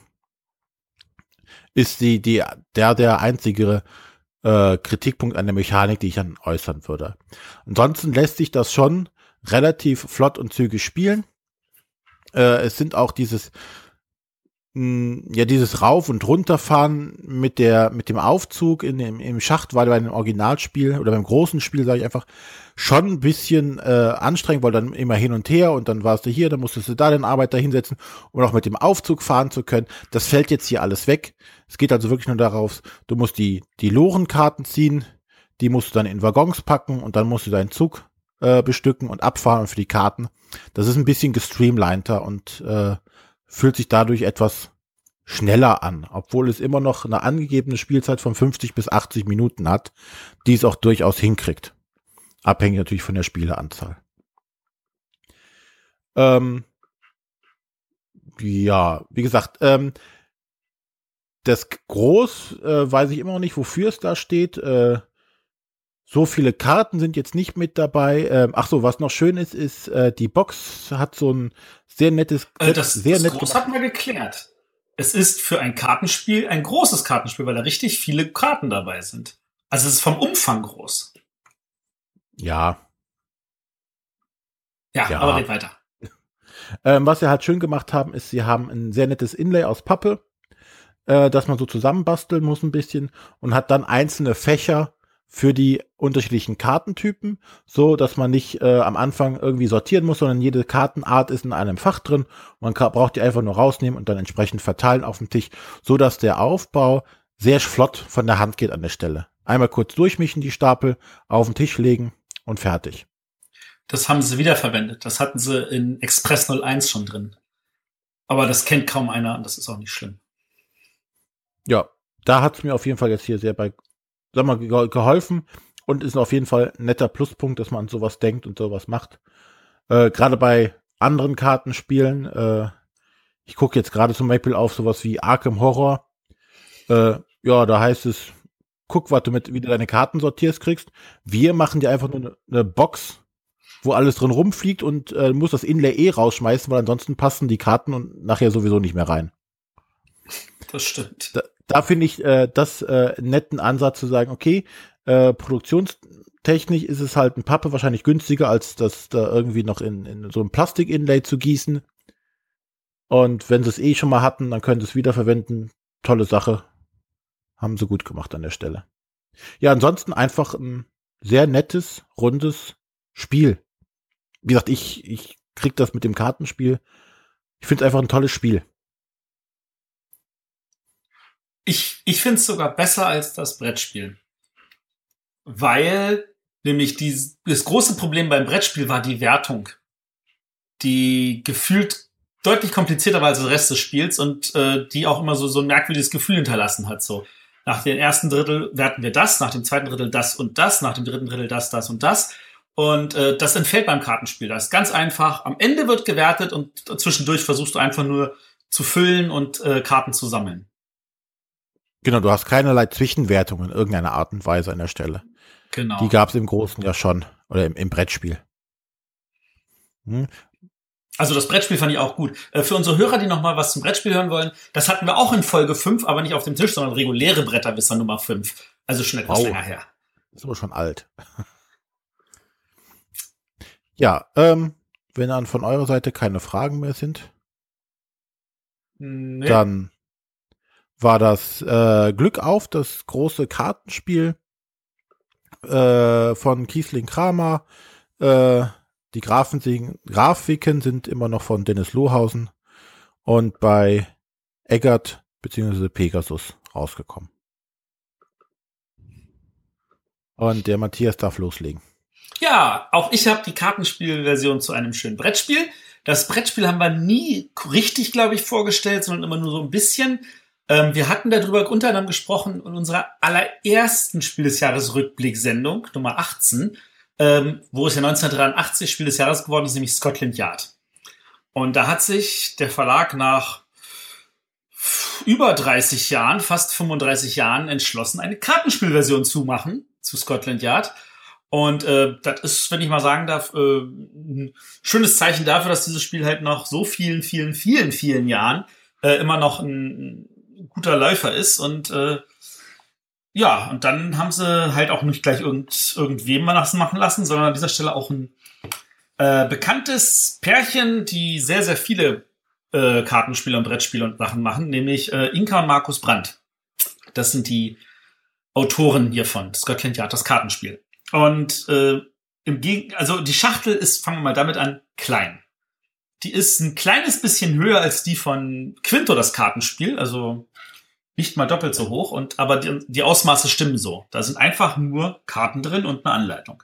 Ist die, die, der, der einzige äh, Kritikpunkt an der Mechanik, die ich dann äußern würde. Ansonsten lässt sich das schon relativ flott und zügig spielen. Äh, es sind auch dieses ja, dieses Rauf- und Runterfahren mit der, mit dem Aufzug in dem, im Schacht war bei einem Originalspiel oder beim großen Spiel, sage ich einfach, schon ein bisschen äh, anstrengend, weil dann immer hin und her und dann warst du hier, dann musstest du da den Arbeiter hinsetzen, um auch mit dem Aufzug fahren zu können. Das fällt jetzt hier alles weg. Es geht also wirklich nur darauf, du musst die, die Lorenkarten ziehen, die musst du dann in Waggons packen und dann musst du deinen Zug äh, bestücken und abfahren für die Karten. Das ist ein bisschen gestreamliner und äh, fühlt sich dadurch etwas schneller an, obwohl es immer noch eine angegebene Spielzeit von fünfzig bis achtzig Minuten hat, die es auch durchaus hinkriegt. Abhängig natürlich von der Spieleranzahl. Ähm, ja, wie gesagt, ähm, das Groß äh, weiß ich immer noch nicht, wofür es da steht. Äh, so viele Karten sind jetzt nicht mit dabei. Ähm, ach so, was noch schön ist, ist, äh, die Box hat so ein sehr nettes, äh, das, sehr das nett Groß gemacht. hatten wir geklärt. Es ist für ein Kartenspiel ein großes Kartenspiel, weil da richtig viele Karten dabei sind. Also es ist vom Umfang groß. Ja. Ja, Ja. aber red weiter. Ähm, was sie halt schön gemacht haben, ist, sie haben ein sehr nettes Inlay aus Pappe, äh, das man so zusammenbasteln muss ein bisschen und hat dann einzelne Fächer für die unterschiedlichen Kartentypen, so dass man nicht äh, am Anfang irgendwie sortieren muss, sondern jede Kartenart ist in einem Fach drin. Man kann, braucht die einfach nur rausnehmen und dann entsprechend verteilen auf dem Tisch, so dass der Aufbau sehr flott von der Hand geht an der Stelle. Einmal kurz durchmischen, die Stapel, auf den Tisch legen und fertig. Das haben sie wiederverwendet. Das hatten sie in Express null eins schon drin. Aber das kennt kaum einer und das ist auch nicht schlimm. Ja, da hat es mir auf jeden Fall jetzt hier sehr bei sag mal, ge- geholfen und ist auf jeden Fall ein netter Pluspunkt, dass man an sowas denkt und sowas macht. Äh, gerade bei anderen Kartenspielen, äh, ich gucke jetzt gerade zum Beispiel auf sowas wie Arkham Horror. Äh, ja, da heißt es, guck, was du mit, wie du deine Karten sortierst kriegst. Wir machen dir einfach nur eine, eine Box, wo alles drin rumfliegt und äh, musst das Inlay eh rausschmeißen, weil ansonsten passen die Karten und nachher sowieso nicht mehr rein. Das stimmt. Da, da finde ich äh, das äh, einen netten Ansatz zu sagen, okay, äh, produktionstechnisch ist es halt ein Pappe wahrscheinlich günstiger, als das da irgendwie noch in, in so ein Plastik-Inlay zu gießen. Und wenn sie es eh schon mal hatten, dann können sie es wiederverwenden. Tolle Sache. Haben sie gut gemacht an der Stelle. Ja, ansonsten einfach ein sehr nettes, rundes Spiel. Wie gesagt, ich, ich krieg das mit dem Kartenspiel. Ich finde es einfach ein tolles Spiel. Ich, ich finde es sogar besser als das Brettspiel. Weil nämlich die, das große Problem beim Brettspiel war die Wertung. Die gefühlt deutlich komplizierter war als der Rest des Spiels und äh, die auch immer so, so ein merkwürdiges Gefühl hinterlassen hat. So nach dem ersten Drittel werten wir das, nach dem zweiten Drittel das und das, nach dem dritten Drittel das, das und das. Und äh, das entfällt beim Kartenspiel. Das ist ganz einfach. Am Ende wird gewertet und zwischendurch versuchst du einfach nur zu füllen und äh, Karten zu sammeln. Genau, du hast keinerlei Zwischenwertungen in irgendeiner Art und Weise an der Stelle. Genau. Die gab es im Großen ja schon. Oder im, im Brettspiel. Hm. Also das Brettspiel fand ich auch gut. Äh, für unsere Hörer, die noch mal was zum Brettspiel hören wollen, das hatten wir auch in Folge fünf, aber nicht auf dem Tisch, sondern reguläre Bretterwisser Nummer fünf. Also schon etwas Wow. länger her. Ist aber schon alt. Ja, ähm, wenn dann von eurer Seite keine Fragen mehr sind, Nee. dann war das äh, Glück auf, das große Kartenspiel äh, von Kiesling Kramer. Äh, die Grafiken, Grafiken sind immer noch von Dennis Lohausen und bei Eggert bzw. Pegasus rausgekommen. Und der Matthias darf loslegen. Ja, auch ich habe die Kartenspielversion zu einem schönen Brettspiel. Das Brettspiel haben wir nie richtig, glaube ich, vorgestellt, sondern immer nur so ein bisschen. Ähm, wir hatten darüber unter anderem gesprochen in unserer allerersten Spiel des Jahres Rückblick-Sendung, Nummer achtzehn, ähm, wo es ja neunzehnhundertdreiundachtzig Spiel des Jahres geworden ist, nämlich Scotland Yard. Und da hat sich der Verlag nach über dreißig Jahren, fast fünfunddreißig Jahren entschlossen, eine Kartenspielversion zu machen zu Scotland Yard. Und äh, das ist, wenn ich mal sagen darf, äh, ein schönes Zeichen dafür, dass dieses Spiel halt nach so vielen, vielen, vielen, vielen Jahren äh, immer noch ein, ein guter Läufer ist. Und äh, ja, und dann haben sie halt auch nicht gleich irgend, irgendwem mal das machen lassen, sondern an dieser Stelle auch ein äh, bekanntes Pärchen, die sehr, sehr viele äh, Kartenspiele und Brettspiele und Sachen machen, nämlich äh, Inka und Markus Brandt. Das sind die Autoren hiervon. Das Göttingen Theaters Kartenspiel. Und äh, im Geg- also die Schachtel ist, fangen wir mal damit an, klein. Die ist ein kleines bisschen höher als die von Quinto, das Kartenspiel, also nicht mal doppelt so hoch, und aber die, die Ausmaße stimmen so. Da sind einfach nur Karten drin und eine Anleitung.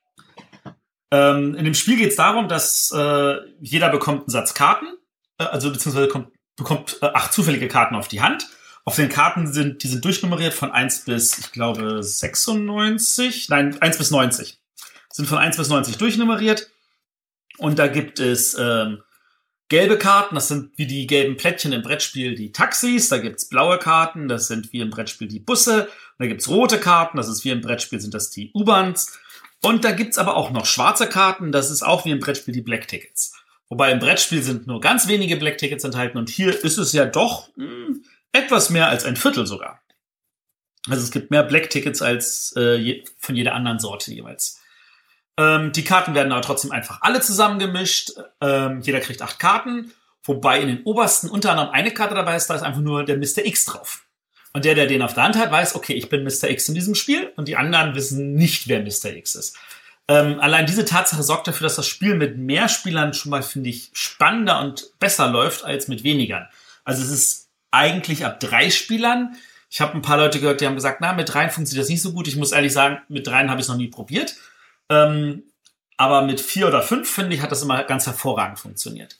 Ähm, in dem Spiel geht es darum, dass äh, jeder bekommt einen Satz Karten, äh, also beziehungsweise kommt, bekommt äh, acht zufällige Karten auf die Hand. Auf den Karten sind, die sind durchnummeriert von eins bis, ich glaube, sechsundneunzig. Nein, eins bis neunzig. Sind von eins bis neunzig durchnummeriert. Und da gibt es ähm, gelbe Karten, das sind wie die gelben Plättchen im Brettspiel die Taxis. Da gibt's blaue Karten, das sind wie im Brettspiel die Busse. Und da gibt's rote Karten, das ist wie im Brettspiel sind das die U-Bahns. Und da gibt's aber auch noch schwarze Karten, das ist auch wie im Brettspiel die Black Tickets. Wobei im Brettspiel sind nur ganz wenige Black Tickets enthalten und hier ist es ja doch mh, etwas mehr als ein Viertel sogar. Also es gibt mehr Black Tickets als äh, je, von jeder anderen Sorte jeweils. Ähm, die Karten werden aber trotzdem einfach alle zusammengemischt. Ähm, jeder kriegt acht Karten. Wobei in den obersten unter anderem eine Karte dabei ist, da ist einfach nur der Mister X drauf. Und der, der den auf der Hand hat, weiß, okay, ich bin Mister X in diesem Spiel. Und die anderen wissen nicht, wer Mister X ist. Ähm, allein diese Tatsache sorgt dafür, dass das Spiel mit mehr Spielern schon mal, finde ich, spannender und besser läuft als mit wenigern. Also es ist eigentlich ab drei Spielern. Ich habe ein paar Leute gehört, die haben gesagt, na, mit dreien funktioniert das nicht so gut. Ich muss ehrlich sagen, mit dreien habe ich es noch nie probiert. Ähm, aber mit vier oder fünf, finde ich, hat das immer ganz hervorragend funktioniert.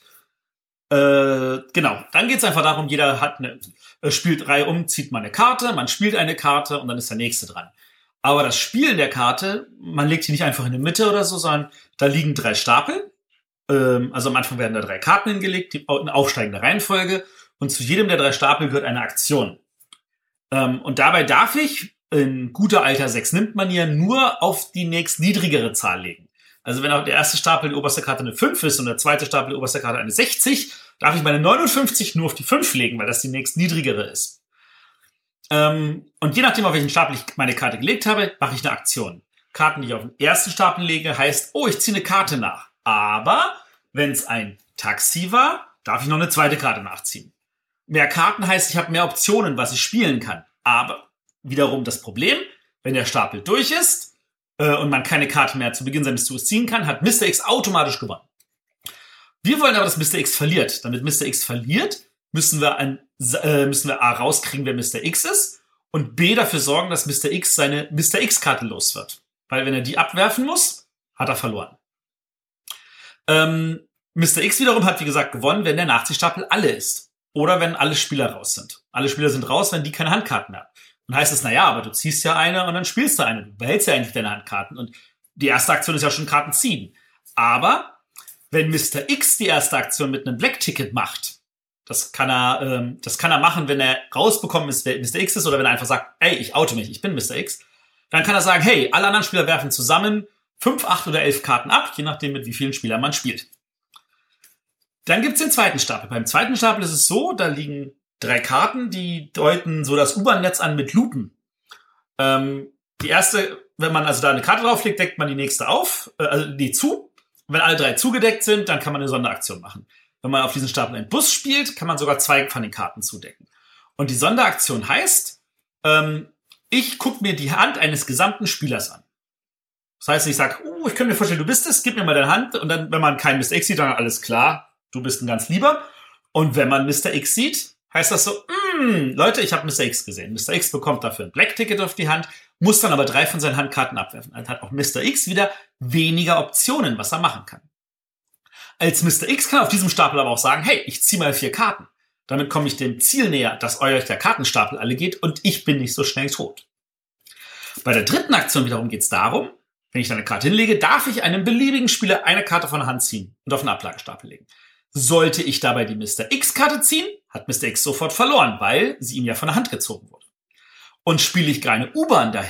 Äh, genau, dann geht es einfach darum, jeder hat eine, äh, spielt Reihe um, zieht mal eine Karte, man spielt eine Karte und dann ist der nächste dran. Aber das Spielen der Karte, man legt die nicht einfach in die Mitte oder so, sondern da liegen drei Stapel. Ähm, also am Anfang werden da drei Karten hingelegt, die, in aufsteigender Reihenfolge. Und zu jedem der drei Stapel gehört eine Aktion. Ähm, und dabei darf ich in guter alter Sechs-Nimmt-Manier nur auf die nächst niedrigere Zahl legen. Also wenn auch der erste Stapel die oberste Karte eine fünf ist und der zweite Stapel die oberste Karte eine sechzig, darf ich meine neunundfünfzig nur auf die fünf legen, weil das die nächst niedrigere ist. Ähm, und je nachdem, auf welchen Stapel ich meine Karte gelegt habe, mache ich eine Aktion. Karten, die ich auf den ersten Stapel lege, heißt, oh, ich ziehe eine Karte nach. Aber wenn es ein Taxi war, darf ich noch eine zweite Karte nachziehen. Mehr Karten heißt, ich habe mehr Optionen, was ich spielen kann. Aber wiederum das Problem, wenn der Stapel durch ist äh, und man keine Karte mehr zu Beginn seines Zuges ziehen kann, hat Mister X automatisch gewonnen. Wir wollen aber, dass Mister X verliert. Damit Mister X verliert, müssen wir, ein, äh, müssen wir A rauskriegen, wer Mister X ist und B dafür sorgen, dass Mister X seine Mister X-Karte los wird. Weil wenn er die abwerfen muss, hat er verloren. Ähm, Mister X wiederum hat, wie gesagt, gewonnen, wenn der Nachziehstapel alle ist. Oder wenn alle Spieler raus sind. Alle Spieler sind raus, wenn die keine Handkarten haben. Dann heißt es, naja, aber du ziehst ja eine und dann spielst du eine. Du behältst ja eigentlich deine Handkarten. Und die erste Aktion ist ja schon Karten ziehen. Aber wenn Mister X die erste Aktion mit einem Black-Ticket macht, das kann er, ähm, das kann er machen, wenn er rausbekommen ist, wer Mister X ist, oder wenn er einfach sagt, ey, ich oute mich, ich bin Mister X. Dann kann er sagen, hey, alle anderen Spieler werfen zusammen fünf, acht oder elf Karten ab, je nachdem, mit wie vielen Spielern man spielt. Dann gibt's den zweiten Stapel. Beim zweiten Stapel ist es so, da liegen drei Karten, die deuten so das U-Bahn-Netz an mit Lupen. Ähm, die erste, wenn man also da eine Karte drauflegt, deckt man die nächste auf, äh, also die zu. Und wenn alle drei zugedeckt sind, dann kann man eine Sonderaktion machen. Wenn man auf diesen Stapel einen Bus spielt, kann man sogar zwei von den Karten zudecken. Und die Sonderaktion heißt, ähm, ich gucke mir die Hand eines gesamten Spielers an. Das heißt, ich sage, uh, ich könnte mir vorstellen, du bist es, gib mir mal deine Hand. Und dann, wenn man keinen Mister X sieht, dann alles klar. Du bist ein ganz Lieber. Und wenn man Mister X sieht, heißt das so, mm, Leute, ich habe Mister X gesehen. Mister X bekommt dafür ein Black-Ticket auf die Hand, muss dann aber drei von seinen Handkarten abwerfen. Dann hat auch Mister X wieder weniger Optionen, was er machen kann. Als Mister X kann auf diesem Stapel aber auch sagen, hey, ich ziehe mal vier Karten. Damit komme ich dem Ziel näher, dass euch der Kartenstapel alle geht und ich bin nicht so schnell tot. Bei der dritten Aktion wiederum geht es darum, wenn ich da eine Karte hinlege, darf ich einem beliebigen Spieler eine Karte von der Hand ziehen und auf einen Ablagestapel legen. Sollte ich dabei die Mister X-Karte ziehen, hat Mister X sofort verloren, weil sie ihm ja von der Hand gezogen wurde. Und spiele ich gerade eine U-Bahn dahin,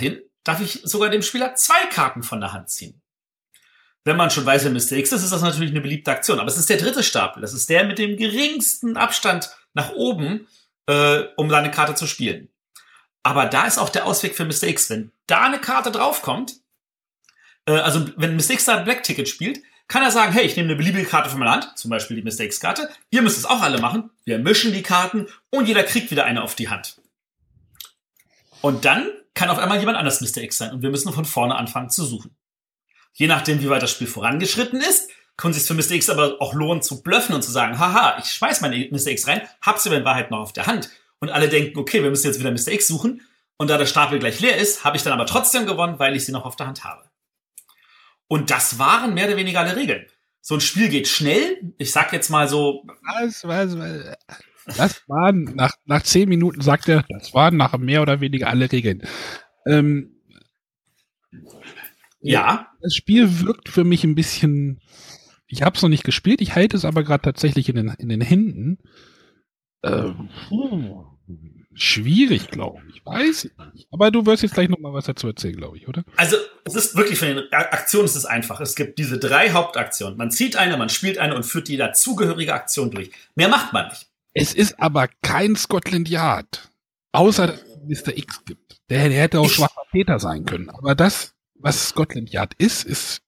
darf ich sogar dem Spieler zwei Karten von der Hand ziehen. Wenn man schon weiß, wer Mister X ist, ist das natürlich eine beliebte Aktion. Aber es ist der dritte Stapel. Das ist der mit dem geringsten Abstand nach oben, äh, um seine Karte zu spielen. Aber da ist auch der Ausweg für Mister X. Wenn da eine Karte draufkommt, äh, also wenn Mister X da ein Black Ticket spielt, kann er sagen, hey, ich nehme eine beliebige Karte von meiner Hand, zum Beispiel die Mister X-Karte. Ihr müsst es auch alle machen. Wir mischen die Karten und jeder kriegt wieder eine auf die Hand. Und dann kann auf einmal jemand anders Mister X sein und wir müssen von vorne anfangen zu suchen. Je nachdem, wie weit das Spiel vorangeschritten ist, kann es sich für Mister X aber auch lohnen zu bluffen und zu sagen, haha, ich schmeiß meine Mister X rein, hab sie aber in Wahrheit noch auf der Hand. Und alle denken, okay, wir müssen jetzt wieder Mister X suchen. Und da der Stapel gleich leer ist, habe ich dann aber trotzdem gewonnen, weil ich sie noch auf der Hand habe. Und das waren mehr oder weniger alle Regeln. So ein Spiel geht schnell. Ich sag jetzt mal so. Was, was, was? Das waren, nach, nach zehn Minuten sagt er, das waren nach mehr oder weniger alle Regeln. Ähm, ja. Das Spiel wirkt für mich ein bisschen, ich habe es noch nicht gespielt, ich halte es aber gerade tatsächlich in den, in den Händen. Ähm, schwierig, glaube ich. Weiß ich nicht. Aber du wirst jetzt gleich noch mal was dazu erzählen, glaube ich, oder? Also, es ist wirklich von den Aktionen ist es einfach. Es gibt diese drei Hauptaktionen. Man zieht eine, man spielt eine und führt die dazugehörige Aktion durch. Mehr macht man nicht. Es ist aber kein Scotland Yard. Außer, dass es Mister X gibt. Der, der hätte auch ich, schwacher Peter sein können. Aber das, was Scotland Yard ist, ist...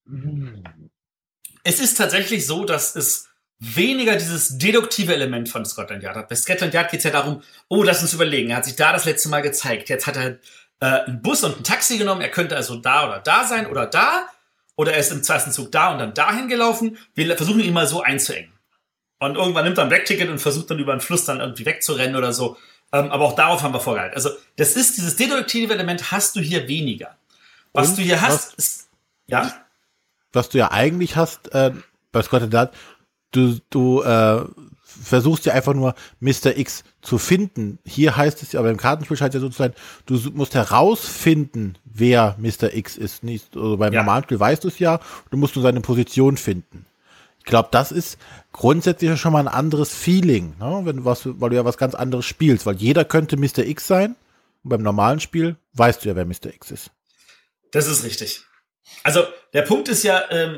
Es ist tatsächlich so, dass es weniger dieses deduktive Element von Scotland Yard hat. Bei Scotland Yard geht es ja darum, oh, lass uns überlegen, er hat sich da das letzte Mal gezeigt. Jetzt hat er äh, einen Bus und ein Taxi genommen, er könnte also da oder da sein oder da. Oder er ist im zweiten Zug da und dann dahin gelaufen. Wir versuchen ihn mal so einzuengen. Und irgendwann nimmt er ein Black-Ticket und versucht dann über den Fluss dann irgendwie wegzurennen oder so. Ähm, aber auch darauf haben wir vorgehalten. Also das ist, dieses deduktive Element hast du hier weniger. Was und, du hier hast, was, ist, ja? Was du ja eigentlich hast äh, bei Scotland Yard, du, du äh, versuchst ja einfach nur Mister X zu finden. Hier heißt es ja, aber im Kartenspiel scheint es ja so zu sein, du musst herausfinden, wer Mister X ist. Nicht, also beim ja. normalen Spiel weißt du es ja, du musst nur seine Position finden. Ich glaube, das ist grundsätzlich schon mal ein anderes Feeling, ne? Wenn du was, weil du ja was ganz anderes spielst, weil jeder könnte Mister X sein und beim normalen Spiel weißt du ja, wer Mister X ist. Das ist richtig. Also der Punkt ist ja, ähm,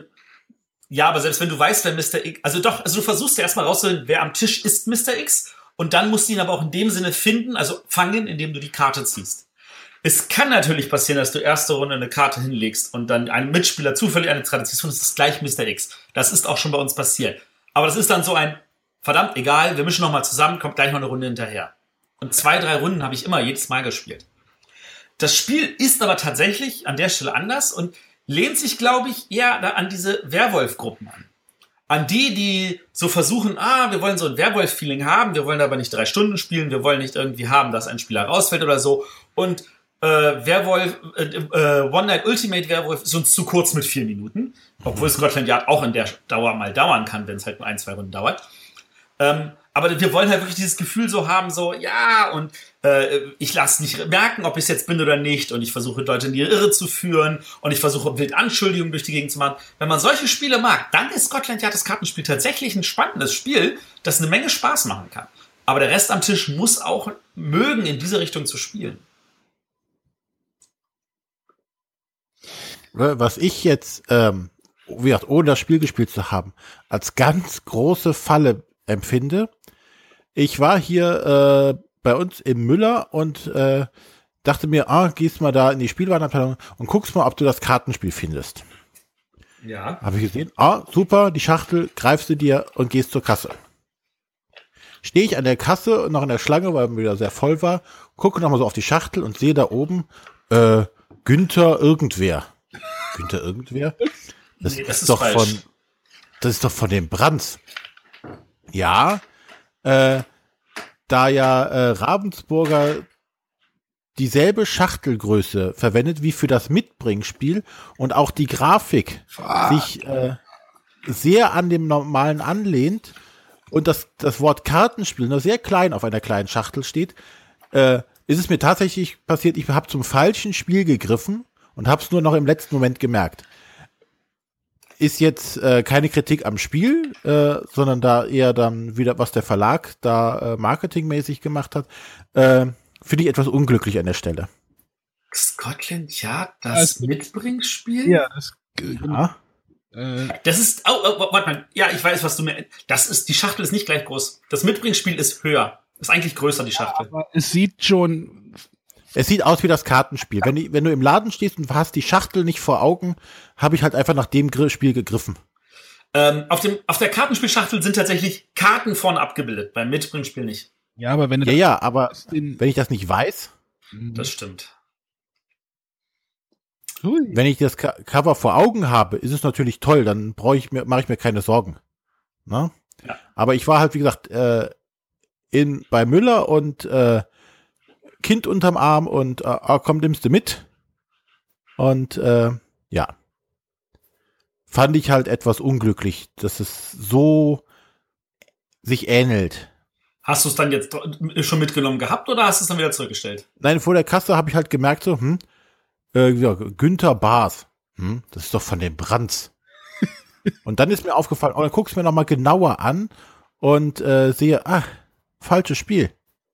ja, aber selbst wenn du weißt, wer Mister X, also doch, also du versuchst ja erstmal rauszufinden, wer am Tisch ist Mister X und dann musst du ihn aber auch in dem Sinne finden, also fangen, indem du die Karte ziehst. Es kann natürlich passieren, dass du erste Runde eine Karte hinlegst und dann ein Mitspieler zufällig eine Karte ziehst und es ist gleich Mister X. Das ist auch schon bei uns passiert. Aber das ist dann so ein, verdammt, egal, wir mischen nochmal zusammen, kommt gleich noch eine Runde hinterher. Und zwei, drei Runden habe ich immer jedes Mal gespielt. Das Spiel ist aber tatsächlich an der Stelle anders und lehnt sich, glaube ich, eher an diese Werwolf-Gruppen an. An die, die so versuchen, ah, wir wollen so ein Werwolf-Feeling haben, wir wollen aber nicht drei Stunden spielen, wir wollen nicht irgendwie haben, dass ein Spieler rausfällt oder so. Und äh, Werwolf, äh, äh, One Night Ultimate Werwolf ist uns zu kurz mit vier Minuten, obwohl Scotland Yard auch in der Dauer mal dauern kann, wenn es halt nur ein, zwei Runden dauert. Ähm, aber wir wollen halt wirklich dieses Gefühl so haben, so, ja, und äh, ich lasse nicht merken, ob ich es jetzt bin oder nicht, und ich versuche Leute in die Irre zu führen, und ich versuche wild Anschuldigungen durch die Gegend zu machen. Wenn man solche Spiele mag, dann ist Scotland Yard das Kartenspiel tatsächlich ein spannendes Spiel, das eine Menge Spaß machen kann. Aber der Rest am Tisch muss auch mögen, in diese Richtung zu spielen. Was ich jetzt, ähm, wie gesagt, ohne das Spiel gespielt zu haben, als ganz große Falle empfinde. Ich war hier äh, bei uns im Müller und äh, dachte mir, ah, gehst mal da in die Spielwarenabteilung und guckst mal, ob du das Kartenspiel findest. Ja. Habe ich gesehen, ah, super, die Schachtel, greifst du dir und gehst zur Kasse. Stehe ich an der Kasse und noch in der Schlange, weil mir wieder sehr voll war, gucke nochmal so auf die Schachtel und sehe da oben äh, Günther irgendwer. Günther irgendwer? Das, nee, das ist, ist doch falsch. von das ist doch von dem Brands. Ja, äh, da ja äh, Ravensburger dieselbe Schachtelgröße verwendet wie für das Mitbringspiel und auch die Grafik ah. sich äh, sehr an dem normalen anlehnt und das, das Wort Kartenspiel nur sehr klein auf einer kleinen Schachtel steht, äh, ist es mir tatsächlich passiert, ich habe zum falschen Spiel gegriffen und habe es nur noch im letzten Moment gemerkt. Ist jetzt äh, keine Kritik am Spiel, äh, sondern da eher dann wieder, was der Verlag da äh, marketingmäßig gemacht hat, äh, finde ich etwas unglücklich an der Stelle. Scotland Yard, das Als- Mitbringspiel? Ja, das, Ja. äh, Das ist, oh, oh, warte mal, ja, ich weiß, was du mir, das ist, die Schachtel ist nicht gleich groß. Das Mitbringspiel ist höher. Ist eigentlich größer, die Schachtel. aber es sieht schon, Es sieht aus wie das Kartenspiel. Wenn, die, wenn du im Laden stehst und hast die Schachtel nicht vor Augen, habe ich halt einfach nach dem Gr- Spiel gegriffen. Ähm, auf dem, auf der Kartenspielschachtel sind tatsächlich Karten vorne abgebildet, beim Mitbringspiel nicht. ja, aber wenn du Ja, ja, aber das den, wenn ich das nicht weiß, Das stimmt. Ui. wenn ich das Co- Cover vor Augen habe, ist es natürlich toll, dann brauche ich mir, mache ich mir keine Sorgen. Ne? Ja. Aber ich war halt, wie gesagt, äh, in, bei Müller und äh, Kind unterm Arm und äh, ah, komm, nimmst du mit. Und äh, ja. Fand ich halt etwas unglücklich, dass es so sich ähnelt. Hast du es dann jetzt schon mitgenommen gehabt oder hast du es dann wieder zurückgestellt? Nein, vor der Kasse habe ich halt gemerkt, so, hm, äh, ja, Günther Baas, hm, das ist doch von den Brands. Und dann ist mir aufgefallen, oh, dann guck's mir noch mal genauer an und äh, sehe, ah, falsches Spiel.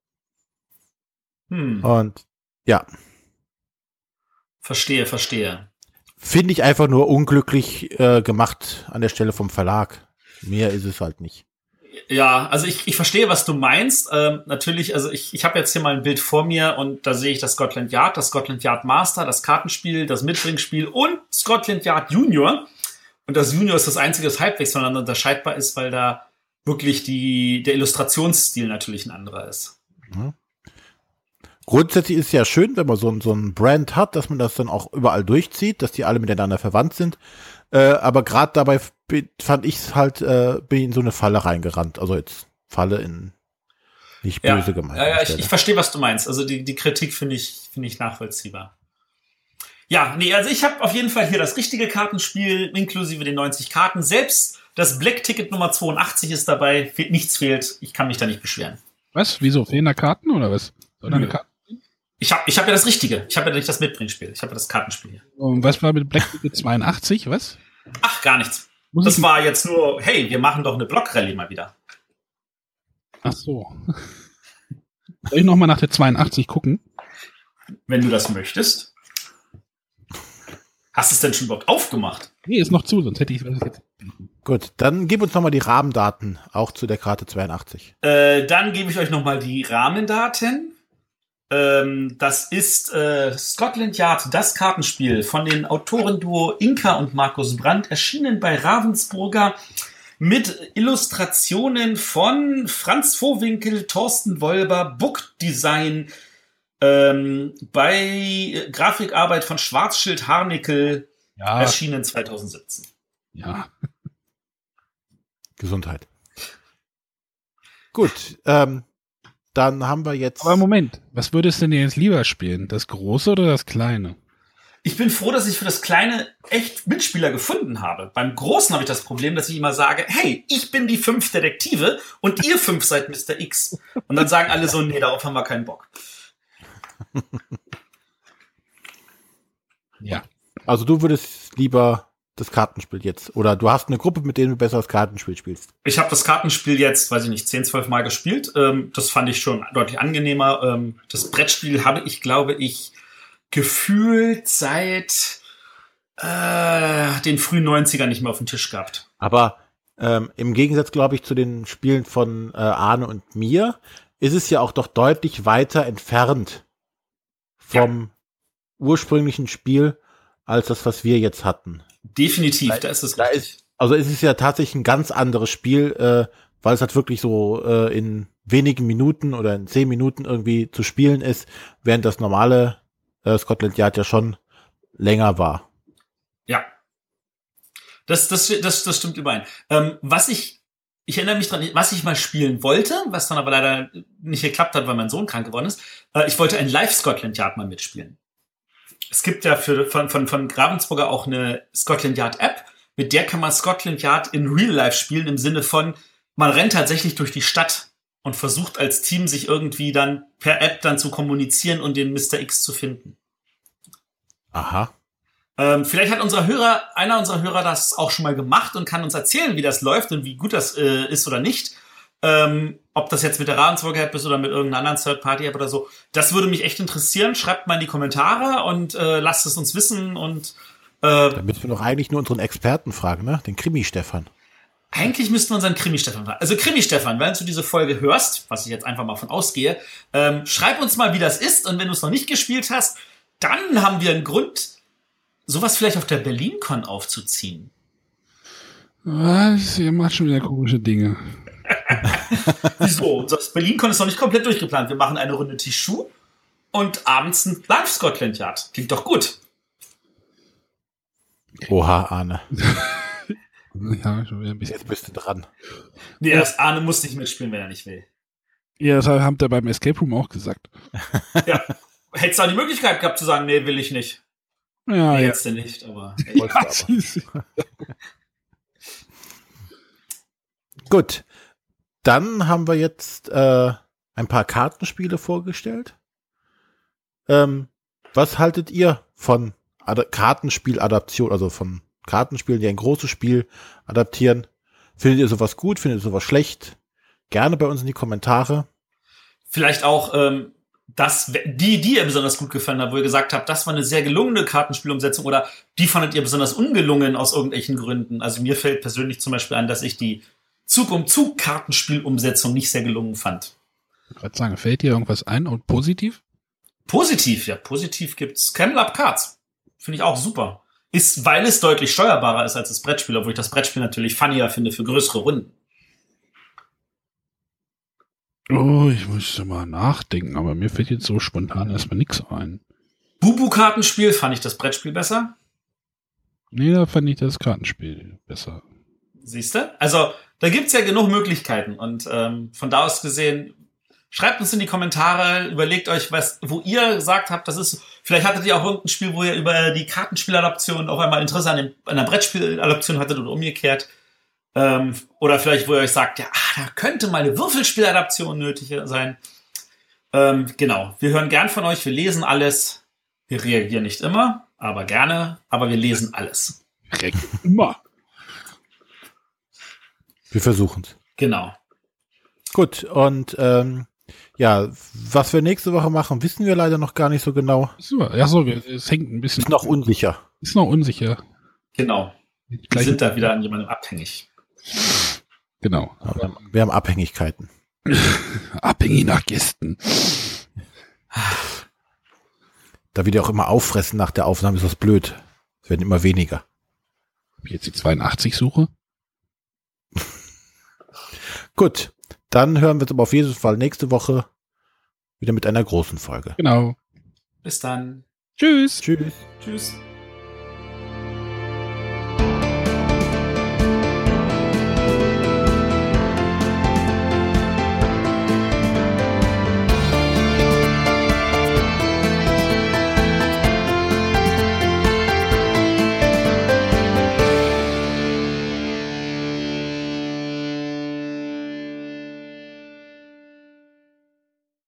Hm, Und ja, verstehe, verstehe. finde ich einfach nur unglücklich äh, gemacht an der Stelle vom Verlag. Mehr ist es halt nicht. Ja, also ich, ich verstehe, was du meinst. Ähm, natürlich, also ich, ich habe jetzt hier mal ein Bild vor mir und da sehe ich das Scotland Yard, das Scotland Yard Master, das Kartenspiel, das Mitbringspiel und Scotland Yard Junior. Und das Junior ist das einzige, das halbwegs voneinander unterscheidbar ist, weil da wirklich die, der Illustrationsstil natürlich ein anderer ist. Grundsätzlich ist es ja schön, wenn man so, ein- so ein Brand hat, dass man das dann auch überall durchzieht, dass die alle miteinander verwandt sind. Äh, aber gerade dabei f- bin- fand ich es halt, äh, bin ich in so eine Falle reingerannt. Also jetzt Falle in nicht Ja, böse gemeint. ja, ja an der ich, Stelle. ich verstehe, was du meinst. Also die, die Kritik finde ich, finde ich nachvollziehbar. Ja, nee, also ich habe auf jeden Fall hier das richtige Kartenspiel, inklusive den neunzig Karten. Selbst das Black Ticket Nummer zweiundachtzig ist dabei, fe- nichts fehlt. Ich kann mich da nicht beschweren. Was? Wieso? Fehlen da Karten oder was? Soll da eine Nö. Karte? Ich habe ich hab ja das Richtige. Ich habe ja nicht das Mitbringspiel. Ich habe ja das Kartenspiel hier. Und was war mit Black Ticket zweiundachtzig? Was? Ach, gar nichts. Muss Das ich- war jetzt nur, hey, wir machen doch eine Block-Rallye mal wieder. Ach so. Soll ich nochmal nach der zweiundachtzig gucken? Wenn du das möchtest. Hast du es denn schon überhaupt aufgemacht? Nee, ist noch zu, sonst hätte ich was jetzt. Gut, dann gib uns nochmal die Rahmendaten, auch zu der Karte zweiundachtzig. Äh, dann gebe ich euch nochmal die Rahmendaten. Ähm, das ist äh, Scotland Yard, das Kartenspiel von den Autorenduo Inka und Markus Brandt, erschienen bei Ravensburger mit Illustrationen von Franz Vohwinkel, Thorsten Wolber, Book Design, ähm, bei Grafikarbeit von Schwarzschild Harnickel, Ja, erschienen zweitausendsiebzehn. ja. Gesundheit. Gut, ähm, dann haben wir jetzt. Aber Moment, was würdest du denn jetzt lieber spielen? Das große oder das kleine? Ich bin froh, dass ich für das Kleine echt Mitspieler gefunden habe. Beim Großen habe ich das Problem, dass ich immer sage, hey, ich bin die fünf Detektive und ihr fünf seid Mister X. Und dann sagen alle so, nee, darauf haben wir keinen Bock. Ja. Also du würdest lieber das Kartenspiel jetzt. Oder du hast eine Gruppe, mit denen du besser das Kartenspiel spielst. Ich habe das Kartenspiel jetzt, weiß ich nicht, zehn, zwölf Mal gespielt. Ähm, das fand ich schon deutlich angenehmer. Ähm, das Brettspiel habe ich, glaube ich, gefühlt seit äh, den frühen neunzigern nicht mehr auf dem Tisch gehabt. Aber ähm, im Gegensatz, glaube ich, zu den Spielen von äh, Arne und mir, ist es ja auch doch deutlich weiter entfernt vom ursprünglichen Spiel, als das, was wir jetzt hatten. Definitiv, Da- da ist es da richtig. ist, also es ist ja tatsächlich ein ganz anderes Spiel, äh, weil es halt wirklich so äh, in wenigen Minuten oder in zehn Minuten irgendwie zu spielen ist, während das normale äh, Scotland Yard ja schon länger war. Ja. Das, das, das, das stimmt überein. Ähm, was ich, ich erinnere mich dran, was ich mal spielen wollte, was dann aber leider nicht geklappt hat, weil mein Sohn krank geworden ist. Äh, ich wollte ein Live Scotland Yard mal mitspielen. Es gibt ja für, von, von, von Ravensburger auch eine Scotland Yard App, mit der kann man Scotland Yard in Real Life spielen, im Sinne von, man rennt tatsächlich durch die Stadt und versucht als Team sich irgendwie dann per App dann zu kommunizieren und den Mister X zu finden. Aha. Ähm, vielleicht hat unser Hörer, einer unserer Hörer das auch schon mal gemacht und kann uns erzählen, wie das läuft und wie gut das äh, ist oder nicht. Ähm, ob das jetzt mit der Ravensburger-App ist oder mit irgendeiner anderen Third-Party-App oder so. Das würde mich echt interessieren. Schreibt mal in die Kommentare und äh, lasst es uns wissen. Und äh, da müssen wir doch eigentlich nur unseren Experten fragen, ne? Den Krimi-Stefan. Eigentlich müssten wir unseren Krimi-Stefan fragen. Also Krimi-Stefan, wenn du diese Folge hörst, was ich jetzt einfach mal von ausgehe, ähm, schreib uns mal, wie das ist. Und wenn du es noch nicht gespielt hast, dann haben wir einen Grund, sowas vielleicht auf der BerlinCon aufzuziehen. Was? Ihr macht schon wieder komische Dinge. Wieso? Das BerlinCon ist noch nicht komplett durchgeplant. Wir machen eine Runde Tischou und abends ein Live Scotland Yard. Klingt doch gut. Oha, Arne. Ja, schon wieder ein bisschen. Jetzt bist du dran. Nee, erst Arne muss nicht mitspielen, wenn er nicht will. Ja, das habt ihr beim Escape Room auch gesagt. Ja. Hättest du auch die Möglichkeit gehabt zu sagen, nee, will ich nicht. Ja, nee, ja. jetzt denn nicht, aber. Ja, aber. Gut. Dann haben wir jetzt äh, ein paar Kartenspiele vorgestellt. Ähm, was haltet ihr von Ad- Kartenspieladaption, also von Kartenspielen, die ein großes Spiel adaptieren? Findet ihr sowas gut? Findet ihr sowas schlecht? Gerne bei uns in die Kommentare. Vielleicht auch ähm, das, die, die ihr besonders gut gefallen hat, wo ihr gesagt habt, das war eine sehr gelungene Kartenspielumsetzung oder die fandet ihr besonders ungelungen aus irgendwelchen Gründen. Also mir fällt persönlich zum Beispiel an, dass ich die Zug-um-Zug-Kartenspielumsetzung nicht sehr gelungen fand. Ich wollte sagen, fällt dir irgendwas ein und positiv? Positiv, ja, positiv gibt's Camel Up Cards. Finde ich auch super. Ist, weil es deutlich steuerbarer ist als das Brettspiel, obwohl ich das Brettspiel natürlich funnier finde für größere Runden. Oh, ich müsste mal nachdenken, aber mir fällt jetzt so spontan erstmal nichts ein. Bubu-Kartenspiel fand ich das Brettspiel besser. Nee, da fand ich das Kartenspiel besser. Siehst du? Also, da gibt's ja genug Möglichkeiten. Und ähm, von da aus gesehen, schreibt uns in die Kommentare, überlegt euch, was, wo ihr gesagt habt, das ist, vielleicht hattet ihr auch irgendein Spiel, wo ihr über die Kartenspieladaption auf einmal Interesse an, dem, an der Brettspieladaption hattet oder umgekehrt. Ähm, oder vielleicht, wo ihr euch sagt, ja, ah, da könnte mal eine Würfelspieladaption nötig sein. Ähm, genau. Wir hören gern von euch, wir lesen alles. Wir reagieren nicht immer, aber gerne, aber wir lesen alles. Direkt immer. Wir versuchen es. Genau. Gut, und ähm, ja, was wir nächste Woche machen, wissen wir leider noch gar nicht so genau. Super. Ja, so, wir- es hängt ein bisschen. Ist noch unsicher. Ist noch unsicher. Genau. Wir Gleich- sind da wieder an jemandem abhängig. Genau. Aber wir haben- wir haben Abhängigkeiten. Abhängig nach Gästen. Da wir die auch immer auffressen nach der Aufnahme, ist das blöd. Es werden immer weniger. Ob ich jetzt die zweiundachtzig suche? Gut, dann hören wir uns aber auf jeden Fall nächste Woche wieder mit einer großen Folge. Genau. Bis dann. Tschüss. Tschüss. Tschüss.